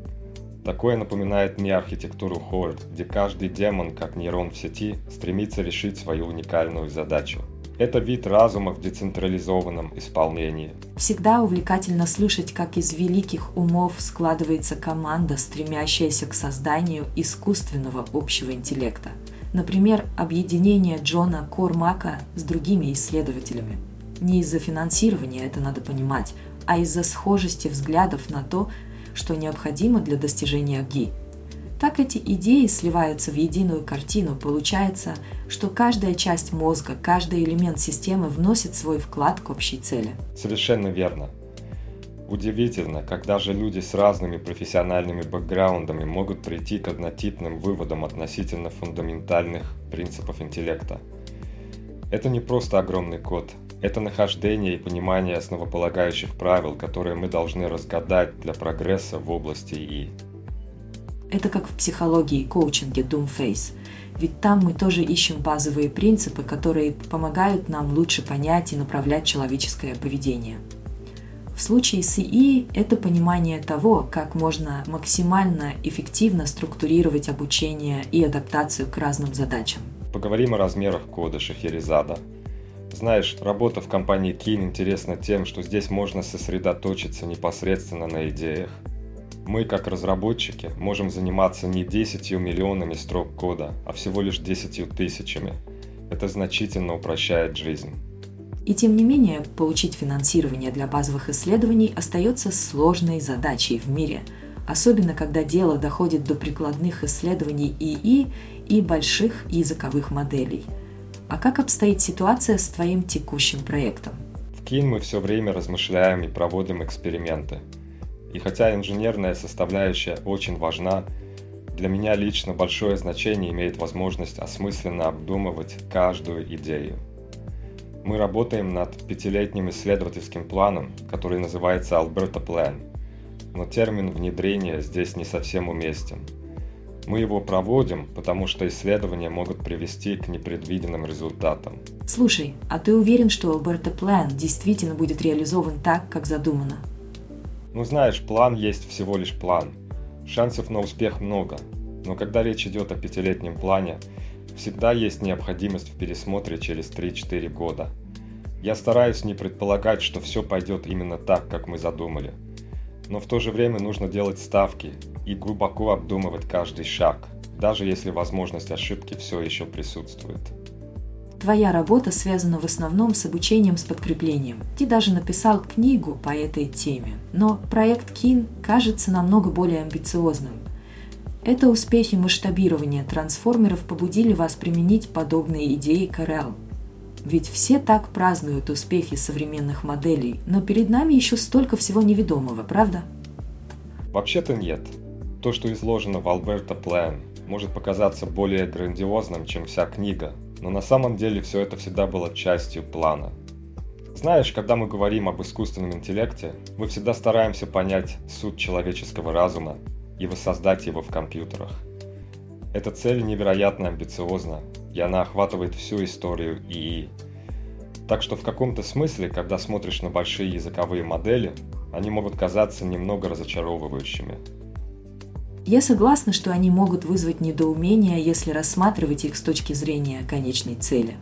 Такое напоминает мне архитектуру Horde, где каждый демон, как нейрон в сети, стремится решить свою уникальную задачу. Это вид разума в децентрализованном исполнении. Всегда увлекательно слышать, как из великих умов складывается команда, стремящаяся к созданию искусственного общего интеллекта. Например, объединение Джона Кормака с другими исследователями. Не из-за финансирования, это надо понимать, а из-за схожести взглядов на то, что необходимо для достижения ГИ. Так эти идеи сливаются в единую картину. Получается, что каждая часть мозга, каждый элемент системы вносит свой вклад к общей цели. Совершенно верно. Удивительно, когда же люди с разными профессиональными бэкграундами могут прийти к однотипным выводам относительно фундаментальных принципов интеллекта. Это не просто огромный код. Это нахождение и понимание основополагающих правил, которые мы должны разгадать для прогресса в области ИИ. Это как в психологии и коучинге Doomface. Ведь там мы тоже ищем базовые принципы, которые помогают нам лучше понять и направлять человеческое поведение. В случае с ИИ это понимание того, как можно максимально эффективно структурировать обучение и адаптацию к разным задачам. Поговорим о размерах кода, Шахерезада. Знаешь, работа в компании Kin интересна тем, что здесь можно сосредоточиться непосредственно на идеях. Мы, как разработчики, можем заниматься не десятью миллионами строк кода, а всего лишь десятью тысячами. Это значительно упрощает жизнь. И тем не менее, получить финансирование для базовых исследований остается сложной задачей в мире, особенно когда дело доходит до прикладных исследований ИИ и больших языковых моделей. А как обстоит ситуация с твоим текущим проектом? В Kin мы все время размышляем и проводим эксперименты. И хотя инженерная составляющая очень важна, для меня лично большое значение имеет возможность осмысленно обдумывать каждую идею. Мы работаем над пятилетним исследовательским планом, который называется Alberta Plan, но термин внедрения здесь не совсем уместен. Мы его проводим, потому что исследования могут привести к непредвиденным результатам. Слушай, а ты уверен, что Alberta Plan действительно будет реализован так, как задумано? Ну знаешь, план есть всего лишь план. Шансов на успех много, но когда речь идет о пятилетнем плане, всегда есть необходимость в пересмотре через три-четыре года. Я стараюсь не предполагать, что все пойдет именно так, как мы задумали. Но в то же время нужно делать ставки и глубоко обдумывать каждый шаг, даже если возможность ошибки все еще присутствует. Твоя работа связана в основном с обучением с подкреплением. Ты даже написал книгу по этой теме. Но проект Kin кажется намного более амбициозным. Это успехи масштабирования трансформеров побудили вас применить подобные идеи к эр эл. Ведь все так празднуют успехи современных моделей, но перед нами еще столько всего неведомого, правда? Вообще-то нет. То, что изложено в Alberta Plan, может показаться более грандиозным, чем вся книга, но на самом деле все это всегда было частью плана. Знаешь, когда мы говорим об искусственном интеллекте, мы всегда стараемся понять суть человеческого разума и воссоздать его в компьютерах. Эта цель невероятно амбициозна, и она охватывает всю историю ИИ. Так что в каком-то смысле, когда смотришь на большие языковые модели, они могут казаться немного разочаровывающими. Я согласна, что они могут вызвать недоумение, если рассматривать их с точки зрения конечной цели.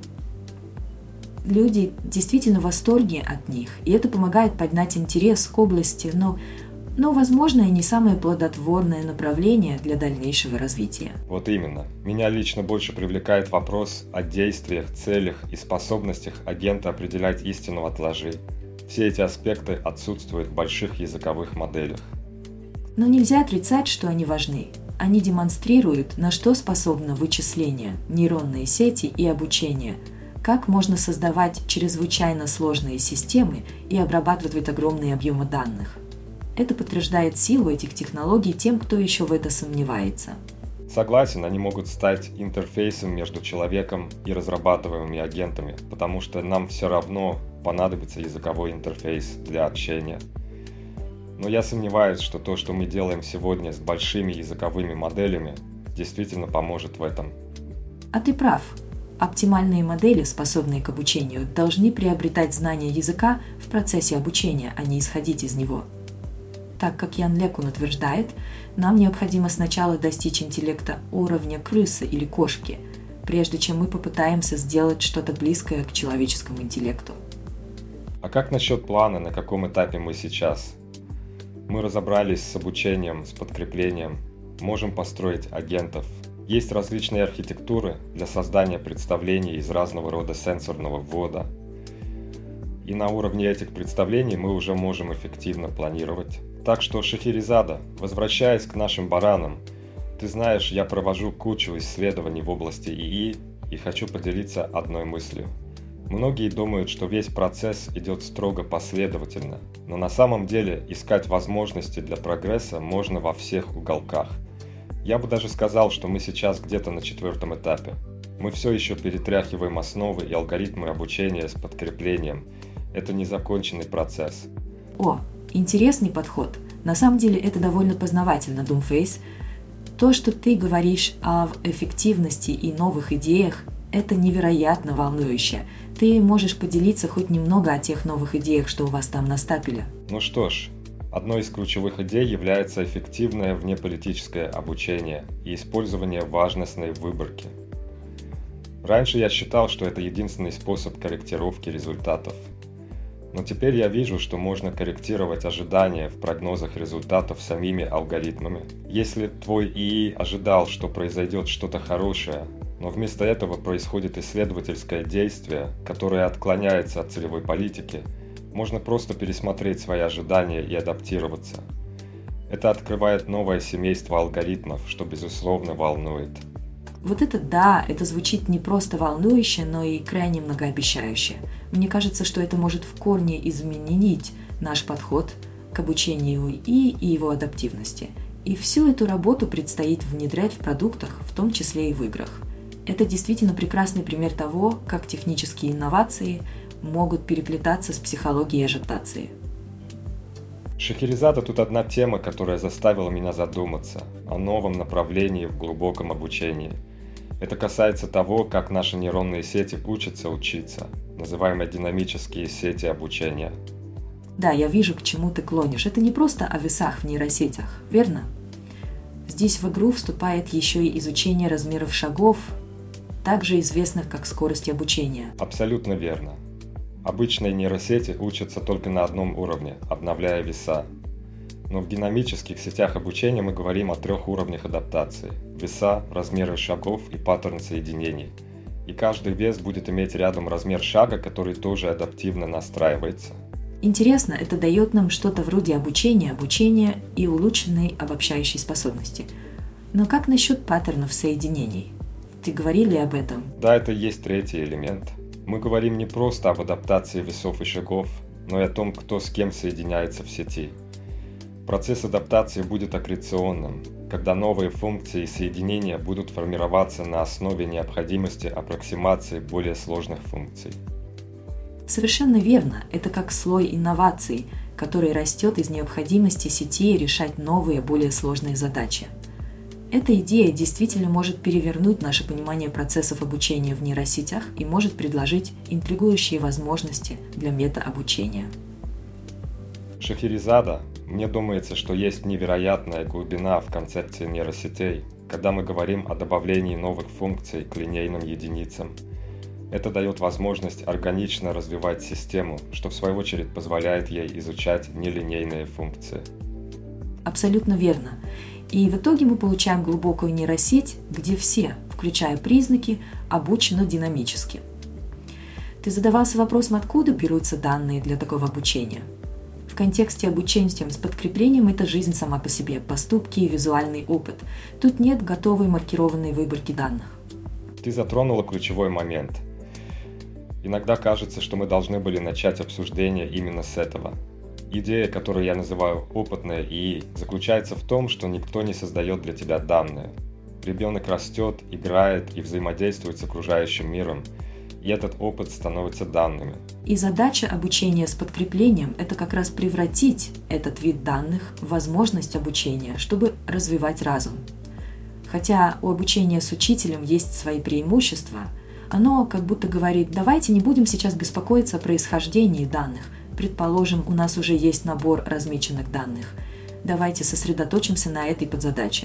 Люди действительно в восторге от них, и это помогает поднять интерес к области, но, но возможно, и не самое плодотворное направление для дальнейшего развития. Вот именно. Меня лично больше привлекает вопрос о действиях, целях и способностях агента определять истину от лжи. Все эти аспекты отсутствуют в больших языковых моделях. Но нельзя отрицать, что они важны. Они демонстрируют, на что способно вычисление, нейронные сети и обучение, как можно создавать чрезвычайно сложные системы и обрабатывать огромные объемы данных. Это подтверждает силу этих технологий тем, кто еще в это сомневается. Согласен, они могут стать интерфейсом между человеком и разрабатываемыми агентами, потому что нам все равно понадобится языковой интерфейс для общения. Но я сомневаюсь, что то, что мы делаем сегодня с большими языковыми моделями, действительно поможет в этом. А ты прав. Оптимальные модели, способные к обучению, должны приобретать знания языка в процессе обучения, а не исходить из него. Так как Ян Лекун утверждает, нам необходимо сначала достичь интеллекта уровня крысы или кошки, прежде чем мы попытаемся сделать что-то близкое к человеческому интеллекту. А как насчет плана, на каком этапе мы сейчас? Мы разобрались с обучением, с подкреплением, можем построить агентов. Есть различные архитектуры для создания представлений из разного рода сенсорного ввода. И на уровне этих представлений мы уже можем эффективно планировать. Так что, Шахерезада, возвращаясь к нашим баранам, ты знаешь, я провожу кучу исследований в области ИИ и хочу поделиться одной мыслью. Многие думают, что весь процесс идет строго последовательно, но на самом деле искать возможности для прогресса можно во всех уголках. Я бы даже сказал, что мы сейчас где-то на четвертом этапе. Мы все еще перетряхиваем основы и алгоритмы обучения с подкреплением. Это незаконченный процесс. О, интересный подход. На самом деле это довольно познавательно, Doomface. То, что ты говоришь об эффективности и новых идеях, это невероятно волнующе. Ты можешь поделиться хоть немного о тех новых идеях, что у вас там на стапеле? Ну что ж, одной из ключевых идей является эффективное внеполитическое обучение и использование важностной выборки. Раньше я считал, что это единственный способ корректировки результатов. Но теперь я вижу, что можно корректировать ожидания в прогнозах результатов самими алгоритмами. Если твой ИИ ожидал, что произойдет что-то хорошее, но вместо этого происходит исследовательское действие, которое отклоняется от целевой политики, можно просто пересмотреть свои ожидания и адаптироваться. Это открывает новое семейство алгоритмов, что безусловно волнует. Вот это да, это звучит не просто волнующе, но и крайне многообещающе. Мне кажется, что это может в корне изменить наш подход к обучению ИИ и его адаптивности. И всю эту работу предстоит внедрять в продуктах, в том числе и в играх. Это действительно прекрасный пример того, как технические инновации могут переплетаться с психологией ажиотации. Шахерезада, тут одна тема, которая заставила меня задуматься о новом направлении в глубоком обучении. Это касается того, как наши нейронные сети учатся учиться, называемые динамические сети обучения. Да, я вижу, к чему ты клонишь. Это не просто о весах в нейросетях, верно? Здесь в игру вступает еще и изучение размеров шагов, также известных как скорость обучения. Абсолютно верно. Обычные нейросети учатся только на одном уровне, обновляя веса. Но в динамических сетях обучения мы говорим о трех уровнях адаптации – веса, размеры шагов и паттерн соединений. И каждый вес будет иметь рядом размер шага, который тоже адаптивно настраивается. Интересно, это дает нам что-то вроде обучения, обучения и улучшенной обобщающей способности. Но как насчет паттернов соединений? Ты говорили об этом? Да, это и есть третий элемент. Мы говорим не просто об адаптации весов и шагов, но и о том, кто с кем соединяется в сети. Процесс адаптации будет аккреционным, когда новые функции и соединения будут формироваться на основе необходимости аппроксимации более сложных функций. Совершенно верно. Это как слой инноваций, который растет из необходимости сети решать новые, более сложные задачи. Эта идея действительно может перевернуть наше понимание процессов обучения в нейросетях и может предложить интригующие возможности для метаобучения. Шахерезада, мне думается, что есть невероятная глубина в концепции нейросетей, когда мы говорим о добавлении новых функций к линейным единицам. Это дает возможность органично развивать систему, что в свою очередь позволяет ей изучать нелинейные функции. Абсолютно верно. И в итоге мы получаем глубокую нейросеть, где все, включая признаки, обучены динамически. Ты задавался вопросом, откуда берутся данные для такого обучения? В контексте обучения с подкреплением это жизнь сама по себе, поступки и визуальный опыт. Тут нет готовой маркированной выборки данных. Ты затронула ключевой момент. Иногда кажется, что мы должны были начать обсуждение именно с этого. Идея, которую я называю опытной ИИ, заключается в том, что никто не создает для тебя данные. Ребенок растет, играет и взаимодействует с окружающим миром, и этот опыт становится данными. И задача обучения с подкреплением – это как раз превратить этот вид данных в возможность обучения, чтобы развивать разум. Хотя у обучения с учителем есть свои преимущества, оно как будто говорит: давайте не будем сейчас беспокоиться о происхождении данных. Предположим, у нас уже есть набор размеченных данных. Давайте сосредоточимся на этой подзадаче.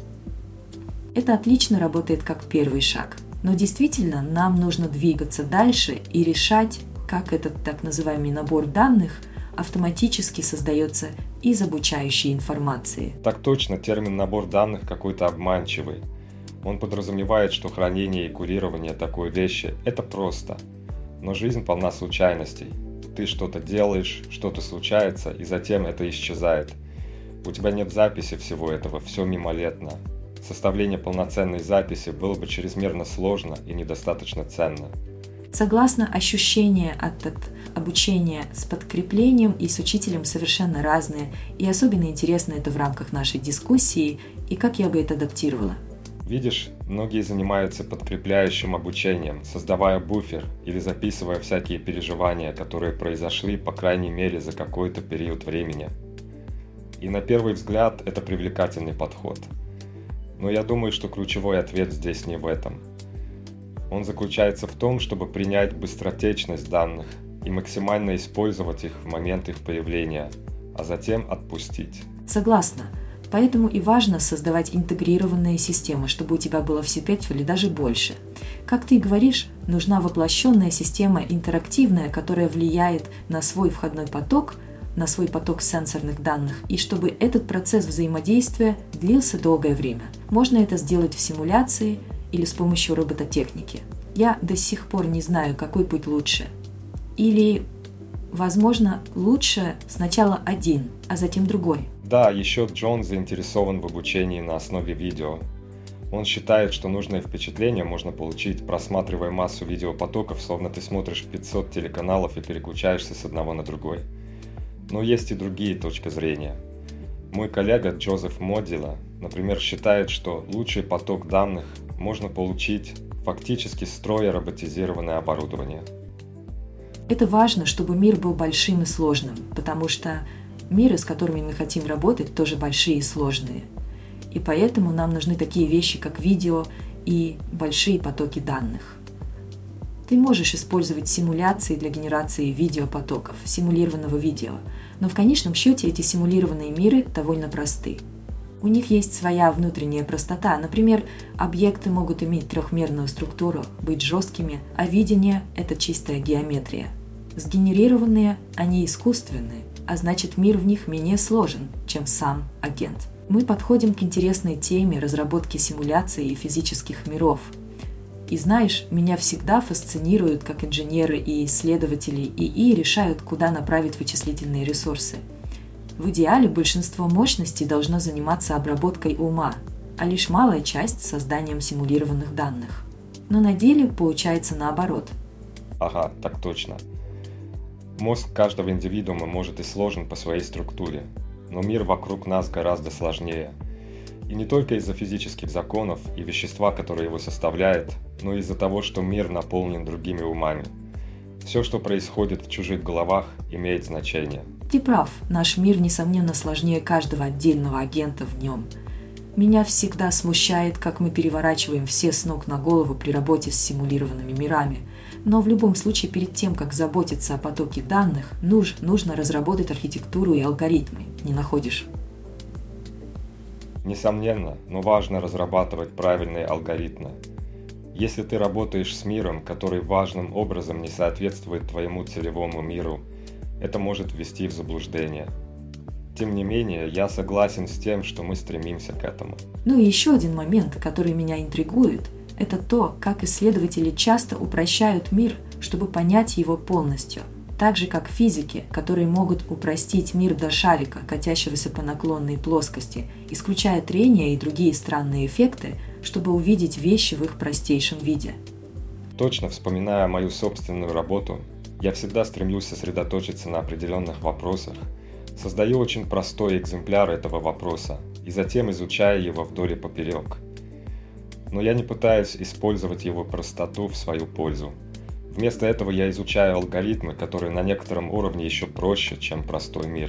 Это отлично работает как первый шаг. Но действительно, нам нужно двигаться дальше и решать, как этот так называемый набор данных автоматически создается из обучающей информации. Так точно, термин «набор данных» какой-то обманчивый. Он подразумевает, что хранение и курирование такой вещи – это просто. Но жизнь полна случайностей. Ты что-то делаешь, что-то случается, и затем это исчезает. У тебя нет записи всего этого, все мимолетно. Составление полноценной записи было бы чрезмерно сложно и недостаточно ценно. Согласно, ощущения от, от обучения с подкреплением и с учителем совершенно разные, и особенно интересно это в рамках нашей дискуссии, и как я бы это адаптировала. Видишь, многие занимаются подкрепляющим обучением, создавая буфер или записывая всякие переживания, которые произошли, по крайней мере, за какой-то период времени. И на первый взгляд это привлекательный подход. Но я думаю, что ключевой ответ здесь не в этом. Он заключается в том, чтобы принять быстротечность данных и максимально использовать их в момент их появления, а затем отпустить. Согласна. Поэтому и важно создавать интегрированные системы, чтобы у тебя было все пять или даже больше. Как ты и говоришь, нужна воплощенная система интерактивная, которая влияет на свой входной поток, на свой поток сенсорных данных, и чтобы этот процесс взаимодействия длился долгое время. Можно это сделать в симуляции или с помощью робототехники. Я до сих пор не знаю, какой путь лучше. Или, возможно, лучше сначала один, а затем другой. Да, еще Джон заинтересован в обучении на основе видео. Он считает, что нужное впечатление можно получить, просматривая массу видеопотоков, словно ты смотришь пятьсот телеканалов и переключаешься с одного на другой. Но есть и другие точки зрения. Мой коллега Джозеф Моддила, например, считает, что лучший поток данных можно получить, фактически строя роботизированное оборудование. Это важно, чтобы мир был большим и сложным, потому что миры, с которыми мы хотим работать, тоже большие и сложные. И поэтому нам нужны такие вещи, как видео и большие потоки данных. Ты можешь использовать симуляции для генерации видеопотоков, симулированного видео, но в конечном счете эти симулированные миры довольно просты. У них есть своя внутренняя простота. Например, объекты могут иметь трехмерную структуру, быть жесткими, а видение – это чистая геометрия. Сгенерированные они искусственные, а значит мир в них менее сложен, чем сам агент. Мы подходим к интересной теме разработки симуляций и физических миров. И знаешь, меня всегда фасцинируют, как инженеры и исследователи ИИ решают, куда направить вычислительные ресурсы. В идеале большинство мощностей должно заниматься обработкой ума, а лишь малая часть – созданием симулированных данных. Но на деле получается наоборот. Ага, так точно. Мозг каждого индивидуума может и сложен по своей структуре, но мир вокруг нас гораздо сложнее. И не только из-за физических законов и вещества, которые его составляют, но и из-за того, что мир наполнен другими умами. Все, что происходит в чужих головах, имеет значение. Ты прав, наш мир, несомненно, сложнее каждого отдельного агента в нем. Меня всегда смущает, как мы переворачиваем все с ног на голову при работе с симулированными мирами. Но в любом случае, перед тем, как заботиться о потоке данных, нуж, нужно разработать архитектуру и алгоритмы. Не находишь? Несомненно, но важно разрабатывать правильные алгоритмы. Если ты работаешь с миром, который важным образом не соответствует твоему целевому миру, это может ввести в заблуждение. Тем не менее, я согласен с тем, что мы стремимся к этому. Ну и еще один момент, который меня интригует, это то, как исследователи часто упрощают мир, чтобы понять его полностью. Так же, как физики, которые могут упростить мир до шарика, катящегося по наклонной плоскости, исключая трение и другие странные эффекты, чтобы увидеть вещи в их простейшем виде. Точно вспоминая мою собственную работу, я всегда стремлюсь сосредоточиться на определенных вопросах, создаю очень простой экземпляр этого вопроса и затем изучаю его вдоль и поперек. Но я не пытаюсь использовать его простоту в свою пользу. Вместо этого я изучаю алгоритмы, которые на некотором уровне еще проще, чем простой мир.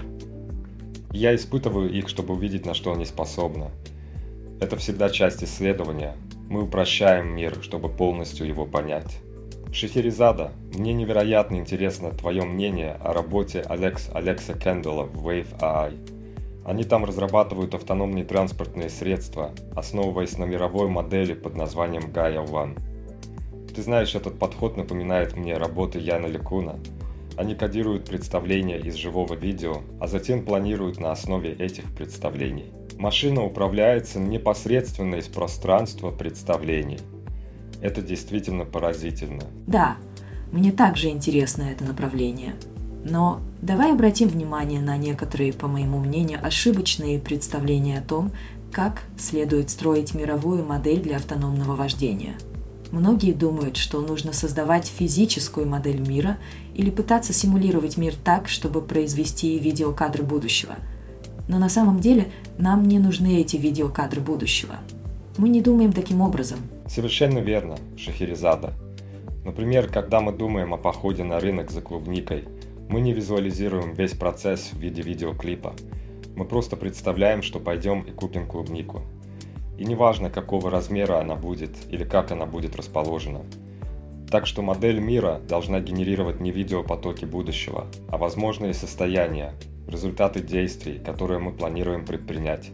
Я испытываю их, чтобы увидеть, на что они способны. Это всегда часть исследования. Мы упрощаем мир, чтобы полностью его понять. Шахерезада, мне невероятно интересно твое мнение о работе Алекс Алекса Кендалла в Wave эй ай. Они там разрабатывают автономные транспортные средства, основываясь на мировой модели под названием Gaia One. Ты знаешь, этот подход напоминает мне работы Яна Лекуна. Они кодируют представления из живого видео, а затем планируют на основе этих представлений. Машина управляется непосредственно из пространства представлений. Это действительно поразительно. Да, мне также интересно это направление. Но давай обратим внимание на некоторые, по моему мнению, ошибочные представления о том, как следует строить мировую модель для автономного вождения. Многие думают, что нужно создавать физическую модель мира или пытаться симулировать мир так, чтобы произвести видеокадры будущего. Но на самом деле нам не нужны эти видеокадры будущего. Мы не думаем таким образом. Совершенно верно, Шахерезада. Например, когда мы думаем о походе на рынок за клубникой, мы не визуализируем весь процесс в виде видеоклипа. Мы просто представляем, что пойдем и купим клубнику. И неважно, какого размера она будет или как она будет расположена. Так что модель мира должна генерировать не видеопотоки будущего, а возможные состояния, результаты действий, которые мы планируем предпринять.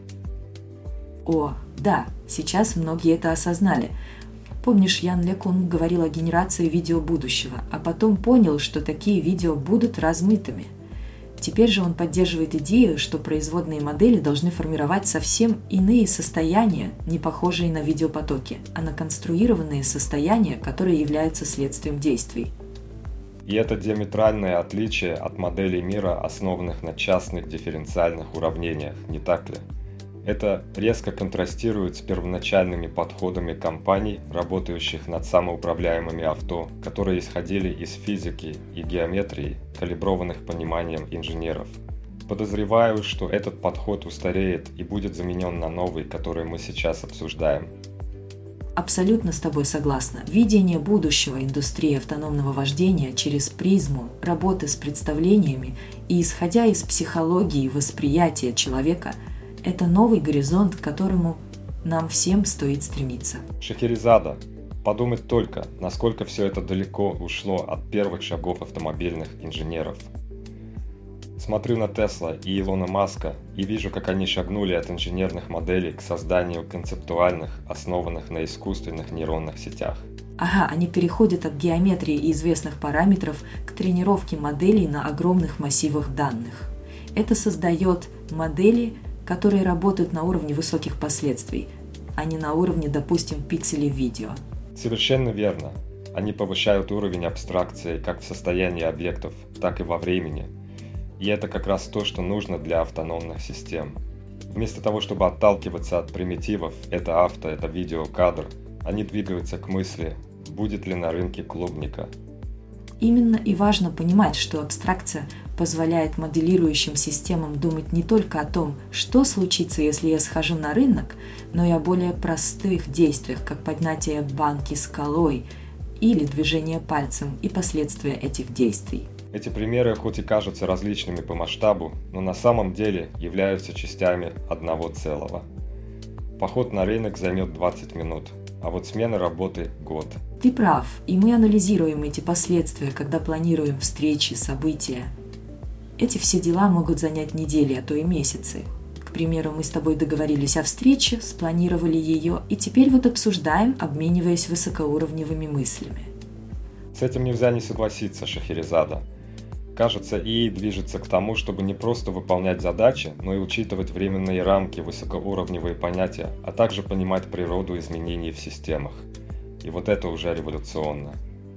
О, да, сейчас многие это осознали. Помнишь, Ян Лекун говорил о генерации видео будущего, а потом понял, что такие видео будут размытыми. Теперь же он поддерживает идею, что производные модели должны формировать совсем иные состояния, не похожие на видеопотоки, а на конструированные состояния, которые являются следствием действий. И это диаметральное отличие от моделей мира, основанных на частных дифференциальных уравнениях, не так ли? Это резко контрастирует с первоначальными подходами компаний, работающих над самоуправляемыми авто, которые исходили из физики и геометрии, калиброванных пониманием инженеров. Подозреваю, что этот подход устареет и будет заменен на новый, который мы сейчас обсуждаем. Абсолютно с тобой согласна. Видение будущего индустрии автономного вождения через призму работы с представлениями и исходя из психологии восприятия человека – это новый горизонт, к которому нам всем стоит стремиться. Шахерезада, подумать только, насколько все это далеко ушло от первых шагов автомобильных инженеров. Смотрю на Тесла и Илона Маска и вижу, как они шагнули от инженерных моделей к созданию концептуальных, основанных на искусственных нейронных сетях. Ага, они переходят от геометрии и известных параметров к тренировке моделей на огромных массивах данных. Это создает модели, которые работают на уровне высоких последствий, а не на уровне, допустим, пикселей видео. Совершенно верно. Они повышают уровень абстракции как в состоянии объектов, так и во времени. И это как раз то, что нужно для автономных систем. Вместо того, чтобы отталкиваться от примитивов «это авто, это видеокадр», они двигаются к мысли, будет ли на рынке клубника. Именно и важно понимать, что абстракция позволяет моделирующим системам думать не только о том, что случится, если я схожу на рынок, но и о более простых действиях, как поднятие банки скалой или движение пальцем и последствия этих действий. Эти примеры хоть и кажутся различными по масштабу, но на самом деле являются частями одного целого. Поход на рынок займет двадцать минут, а вот смена работы – год. Ты прав, и мы анализируем эти последствия, когда планируем встречи, события. Эти все дела могут занять недели, а то и месяцы. К примеру, мы с тобой договорились о встрече, спланировали ее, и теперь вот обсуждаем, обмениваясь высокоуровневыми мыслями. С этим нельзя не согласиться, Шахерезада. Кажется, ИИ движется к тому, чтобы не просто выполнять задачи, но и учитывать временные рамки, высокоуровневые понятия, а также понимать природу изменений в системах. И вот это уже революционно.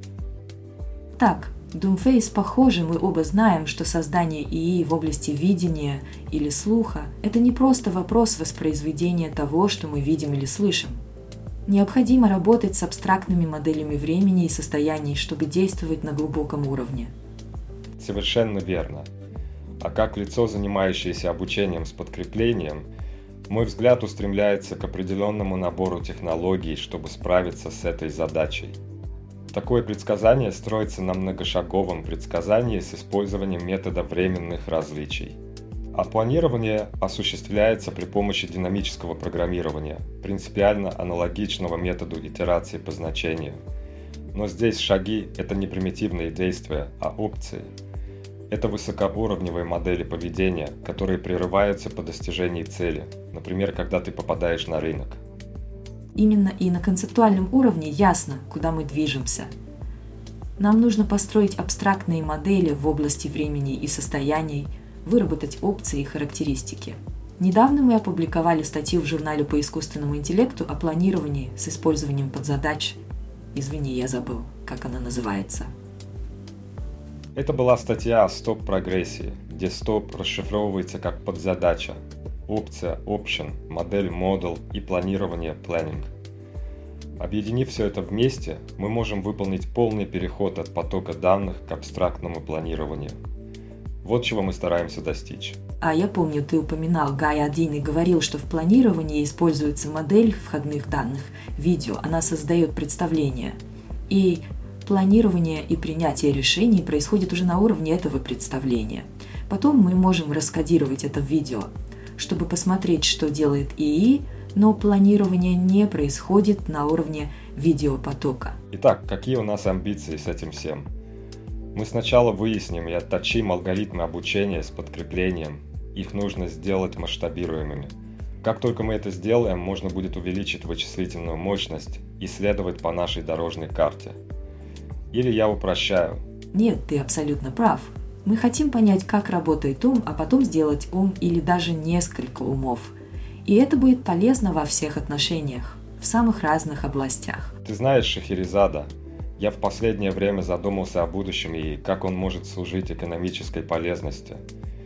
Так, Doomface, похоже, мы оба знаем, что создание ИИ в области видения или слуха – это не просто вопрос воспроизведения того, что мы видим или слышим. Необходимо работать с абстрактными моделями времени и состояний, чтобы действовать на глубоком уровне. Совершенно верно. А как лицо, занимающееся обучением с подкреплением, мой взгляд устремляется к определенному набору технологий, чтобы справиться с этой задачей. Такое предсказание строится на многошаговом предсказании с использованием метода временных различий. А планирование осуществляется при помощи динамического программирования, принципиально аналогичного методу итерации по значению. Но здесь шаги – это не примитивные действия, а опции. Это высокоуровневые модели поведения, которые прерываются по достижении цели, например, когда ты попадаешь на рынок. Именно и на концептуальном уровне ясно, куда мы движемся. Нам нужно построить абстрактные модели в области времени и состояний, выработать опции и характеристики. Недавно мы опубликовали статью в журнале по искусственному интеллекту о планировании с использованием подзадач. Извини, я забыл, как она называется. Это была статья о стоп-прогрессии, где стоп расшифровывается как подзадача, опция option, модель model и планирование planning. Объединив все это вместе, мы можем выполнить полный переход от потока данных к абстрактному планированию. Вот чего мы стараемся достичь. А я помню, ты упоминал Гай один и говорил, что в планировании используется модель входных данных, видео, она создает представление. И планирование и принятие решений происходит уже на уровне этого представления. Потом мы можем раскодировать это в видео, чтобы посмотреть, что делает ИИ, но планирование не происходит на уровне видеопотока. Итак, какие у нас амбиции с этим всем? Мы сначала выясним и отточим алгоритмы обучения с подкреплением. Их нужно сделать масштабируемыми. Как только мы это сделаем, можно будет увеличить вычислительную мощность и следовать по нашей дорожной карте. Или я упрощаю? Нет, ты абсолютно прав. Мы хотим понять, как работает ум, а потом сделать ум или даже несколько умов. И это будет полезно во всех отношениях, в самых разных областях. Ты знаешь, Шахерезада, я в последнее время задумался о будущем и как он может служить экономической полезности.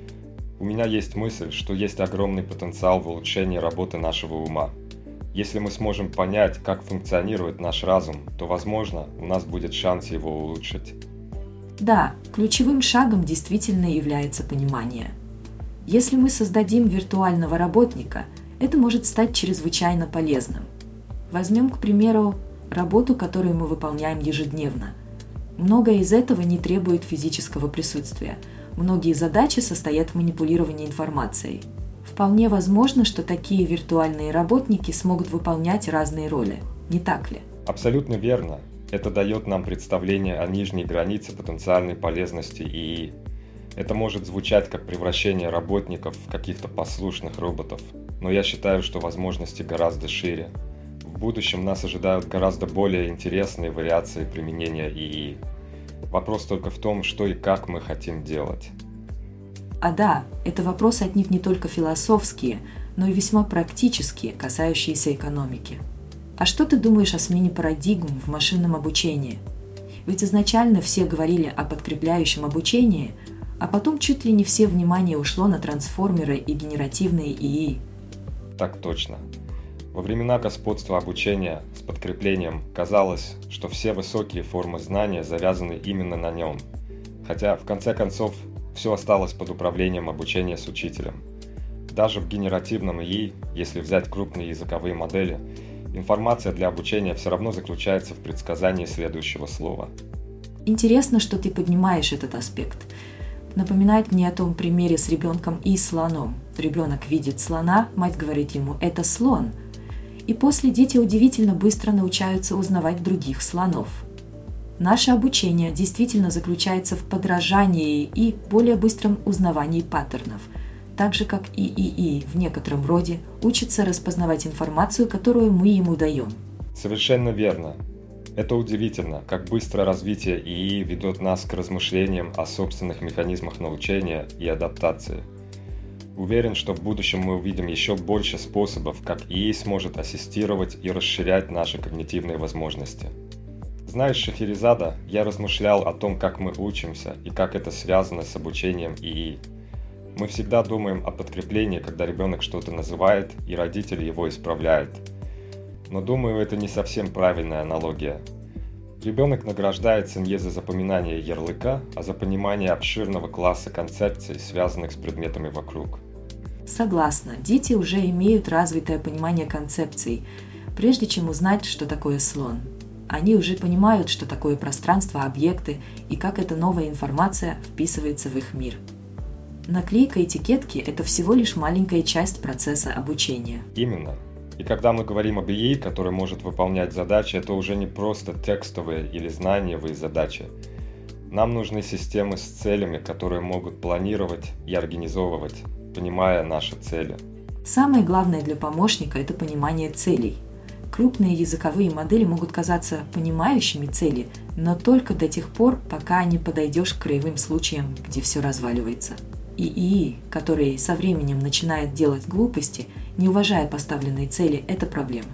У меня есть мысль, что есть огромный потенциал в улучшении работы нашего ума. Если мы сможем понять, как функционирует наш разум, то, возможно, у нас будет шанс его улучшить. Да, ключевым шагом действительно является понимание. Если мы создадим виртуального работника, это может стать чрезвычайно полезным. Возьмем, к примеру, работу, которую мы выполняем ежедневно. Многое из этого не требует физического присутствия. Многие задачи состоят в манипулировании информацией. Вполне возможно, что такие виртуальные работники смогут выполнять разные роли, не так ли? Абсолютно верно. Это дает нам представление о нижней границе потенциальной полезности ИИ. Это может звучать как превращение работников в каких-то послушных роботов, но я считаю, что возможности гораздо шире. В будущем нас ожидают гораздо более интересные вариации применения ИИ. Вопрос только в том, что и как мы хотим делать. А да, это вопросы отнюдь не только философские, но и весьма практические, касающиеся экономики. А что ты думаешь о смене парадигм в машинном обучении? Ведь изначально все говорили о подкрепляющем обучении, а потом чуть ли не все внимание ушло на трансформеры и генеративные ИИ. Так точно. Во времена господства обучения с подкреплением казалось, что все высокие формы знания завязаны именно на нем, хотя в конце концов все осталось под управлением обучения с учителем. Даже в генеративном ИИ, если взять крупные языковые модели, информация для обучения все равно заключается в предсказании следующего слова. Интересно, что ты поднимаешь этот аспект. Напоминает мне о том примере с ребенком и слоном. Ребенок видит слона, мать говорит ему «это слон». И после дети удивительно быстро научаются узнавать других слонов. Наше обучение действительно заключается в подражании и более быстром узнавании паттернов, так же как и ИИ в некотором роде учится распознавать информацию, которую мы ему даем. Совершенно верно. Это удивительно, как быстро развитие ИИ ведет нас к размышлениям о собственных механизмах научения и адаптации. Уверен, что в будущем мы увидим еще больше способов, как ИИ сможет ассистировать и расширять наши когнитивные возможности. Знаешь, Шахерезада, я размышлял о том, как мы учимся и как это связано с обучением ИИ. Мы всегда думаем о подкреплении, когда ребенок что-то называет, и родители его исправляют. Но думаю, это не совсем правильная аналогия. Ребенок награждается не за запоминание ярлыка, а за понимание обширного класса концепций, связанных с предметами вокруг. Согласна, дети уже имеют развитое понимание концепций, прежде чем узнать, что такое слон. Они уже понимают, что такое пространство, объекты и как эта новая информация вписывается в их мир. Наклейка этикетки – это всего лишь маленькая часть процесса обучения. Именно. И когда мы говорим об ИИ, который может выполнять задачи, это уже не просто текстовые или знаниевые задачи. Нам нужны системы с целями, которые могут планировать и организовывать, понимая наши цели. Самое главное для помощника – это понимание целей. Крупные языковые модели могут казаться понимающими цели, но только до тех пор, пока не подойдешь к краевым случаям, где все разваливается. ИИ, который со временем начинает делать глупости, не уважая поставленные цели, это проблема.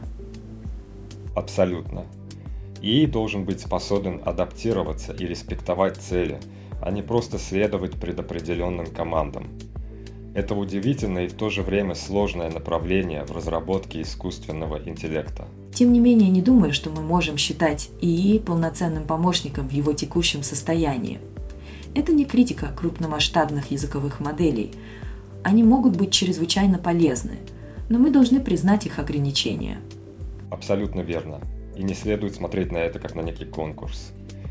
Абсолютно. ИИ должен быть способен адаптироваться и респектовать цели, а не просто следовать предопределенным командам. Это удивительное и в то же время сложное направление в разработке искусственного интеллекта. Тем не менее, не думаю, что мы можем считать ИИ полноценным помощником в его текущем состоянии. Это не критика крупномасштабных языковых моделей. Они могут быть чрезвычайно полезны, но мы должны признать их ограничения. Абсолютно верно. И не следует смотреть на это как на некий конкурс.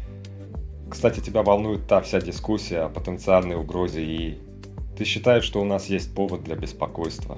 Кстати, тебя волнует та вся дискуссия о потенциальной угрозе ИИ. Ты считаешь, что у нас есть повод для беспокойства?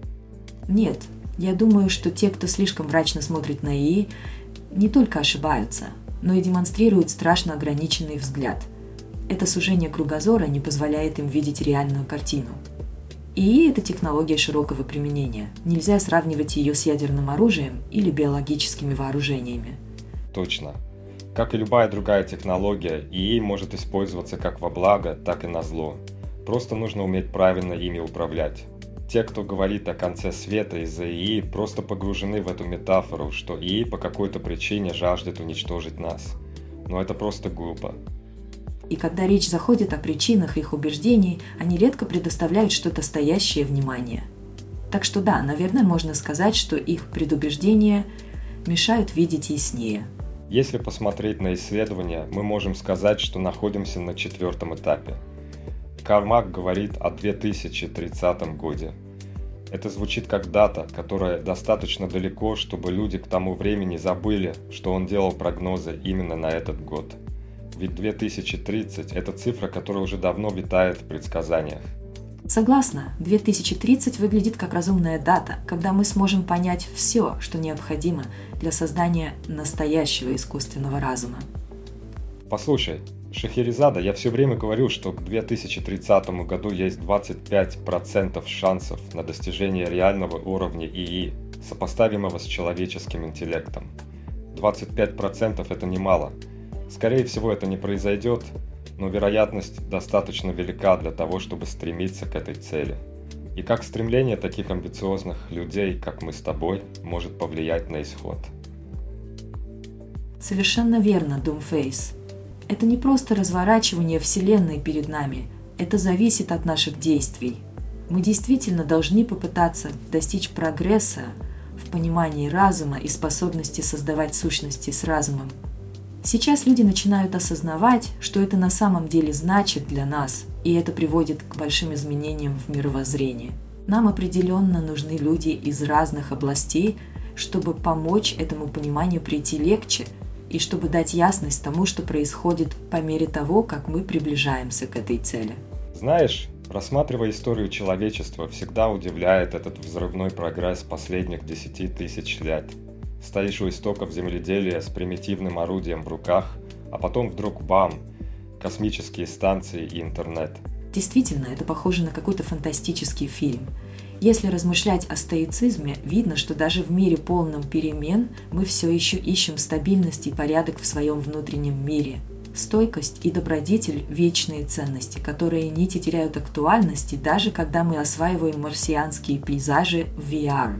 Нет, я думаю, что те, кто слишком мрачно смотрит на ИИ, не только ошибаются, но и демонстрируют страшно ограниченный взгляд. Это сужение кругозора не позволяет им видеть реальную картину. ИИ – это технология широкого применения. Нельзя сравнивать ее с ядерным оружием или биологическими вооружениями. Точно. Как и любая другая технология, ИИ может использоваться как во благо, так и на зло. Просто нужно уметь правильно ими управлять. Те, кто говорит о конце света из-за ИИ, просто погружены в эту метафору, что ИИ по какой-то причине жаждет уничтожить нас. Но это просто глупо. И когда речь заходит о причинах их убеждений, они редко предоставляют что-то стоящее внимание. Так что да, наверное, можно сказать, что их предубеждения мешают видеть яснее. Если посмотреть на исследования, мы можем сказать, что находимся на четвертом этапе. Кармак говорит о две тысячи тридцатом годе. Это звучит как дата, которая достаточно далеко, чтобы люди к тому времени забыли, что он делал прогнозы именно на этот год. Ведь две тысячи тридцать – это цифра, которая уже давно витает в предсказаниях. Согласна, две тысячи тридцать выглядит как разумная дата, когда мы сможем понять все, что необходимо для создания настоящего искусственного разума. Послушай, Шахерезада, я все время говорю, что к две тысячи тридцатому году есть двадцать пять процентов шансов на достижение реального уровня ИИ, сопоставимого с человеческим интеллектом. двадцать пять процентов – это немало. Скорее всего, это не произойдет, но вероятность достаточно велика для того, чтобы стремиться к этой цели. И как стремление таких амбициозных людей, как мы с тобой, может повлиять на исход. Совершенно верно, Doomface. Это не просто разворачивание Вселенной перед нами, это зависит от наших действий. Мы действительно должны попытаться достичь прогресса, в понимании разума и способности создавать сущности с разумом. Сейчас люди начинают осознавать, что это на самом деле значит для нас, и это приводит к большим изменениям в мировоззрении. Нам определенно нужны люди из разных областей, чтобы помочь этому пониманию прийти легче, и чтобы дать ясность тому, что происходит по мере того, как мы приближаемся к этой цели. Знаешь, рассматривая историю человечества, всегда удивляет этот взрывной прогресс последних десяти тысяч лет. Стоишь у истоков земледелия с примитивным орудием в руках, а потом вдруг бам! Космические станции и интернет. Действительно, это похоже на какой-то фантастический фильм. Если размышлять о стоицизме, видно, что даже в мире полном перемен мы все еще ищем стабильность и порядок в своем внутреннем мире. Стойкость и добродетель – вечные ценности, которые не теряют актуальности, даже когда мы осваиваем марсианские пейзажи в ви ар.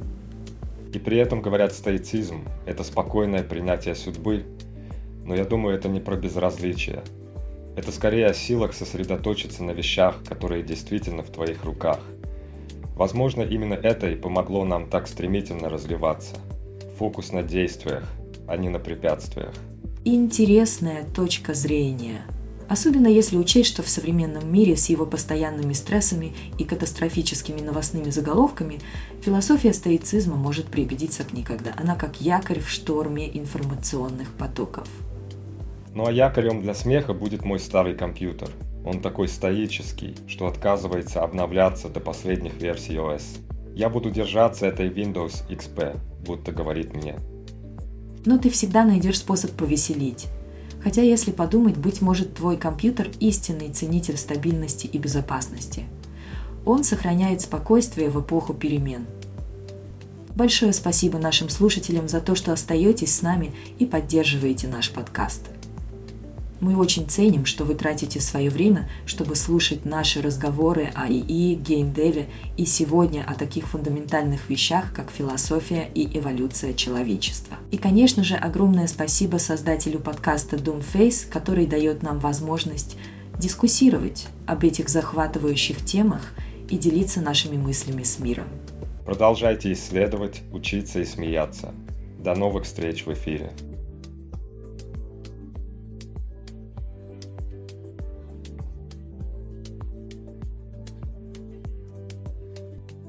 И при этом, говорят, стоицизм – это спокойное принятие судьбы, но я думаю, это не про безразличие. Это скорее о силах сосредоточиться на вещах, которые действительно в твоих руках. Возможно, именно это и помогло нам так стремительно развиваться. Фокус на действиях, а не на препятствиях. Интересная точка зрения. Особенно если учесть, что в современном мире с его постоянными стрессами и катастрофическими новостными заголовками философия стоицизма может пригодиться как никогда. Она как якорь в шторме информационных потоков. Ну а якорем для смеха будет мой старый компьютер. Он такой стоический, что отказывается обновляться до последних версий о эс. Я буду держаться этой Windows икс пи, будто говорит мне. Но ты всегда найдешь способ повеселить. Хотя, если подумать, быть может, твой компьютер – истинный ценитель стабильности и безопасности. Он сохраняет спокойствие в эпоху перемен. Большое спасибо нашим слушателям за то, что остаетесь с нами и поддерживаете наш подкаст. Мы очень ценим, что вы тратите свое время, чтобы слушать наши разговоры о ИИ, геймдеве и сегодня о таких фундаментальных вещах, как философия и эволюция человечества. И, конечно же, огромное спасибо создателю подкаста Doomface, который дает нам возможность дискуссировать об этих захватывающих темах и делиться нашими мыслями с миром. Продолжайте исследовать, учиться и смеяться. До новых встреч в эфире.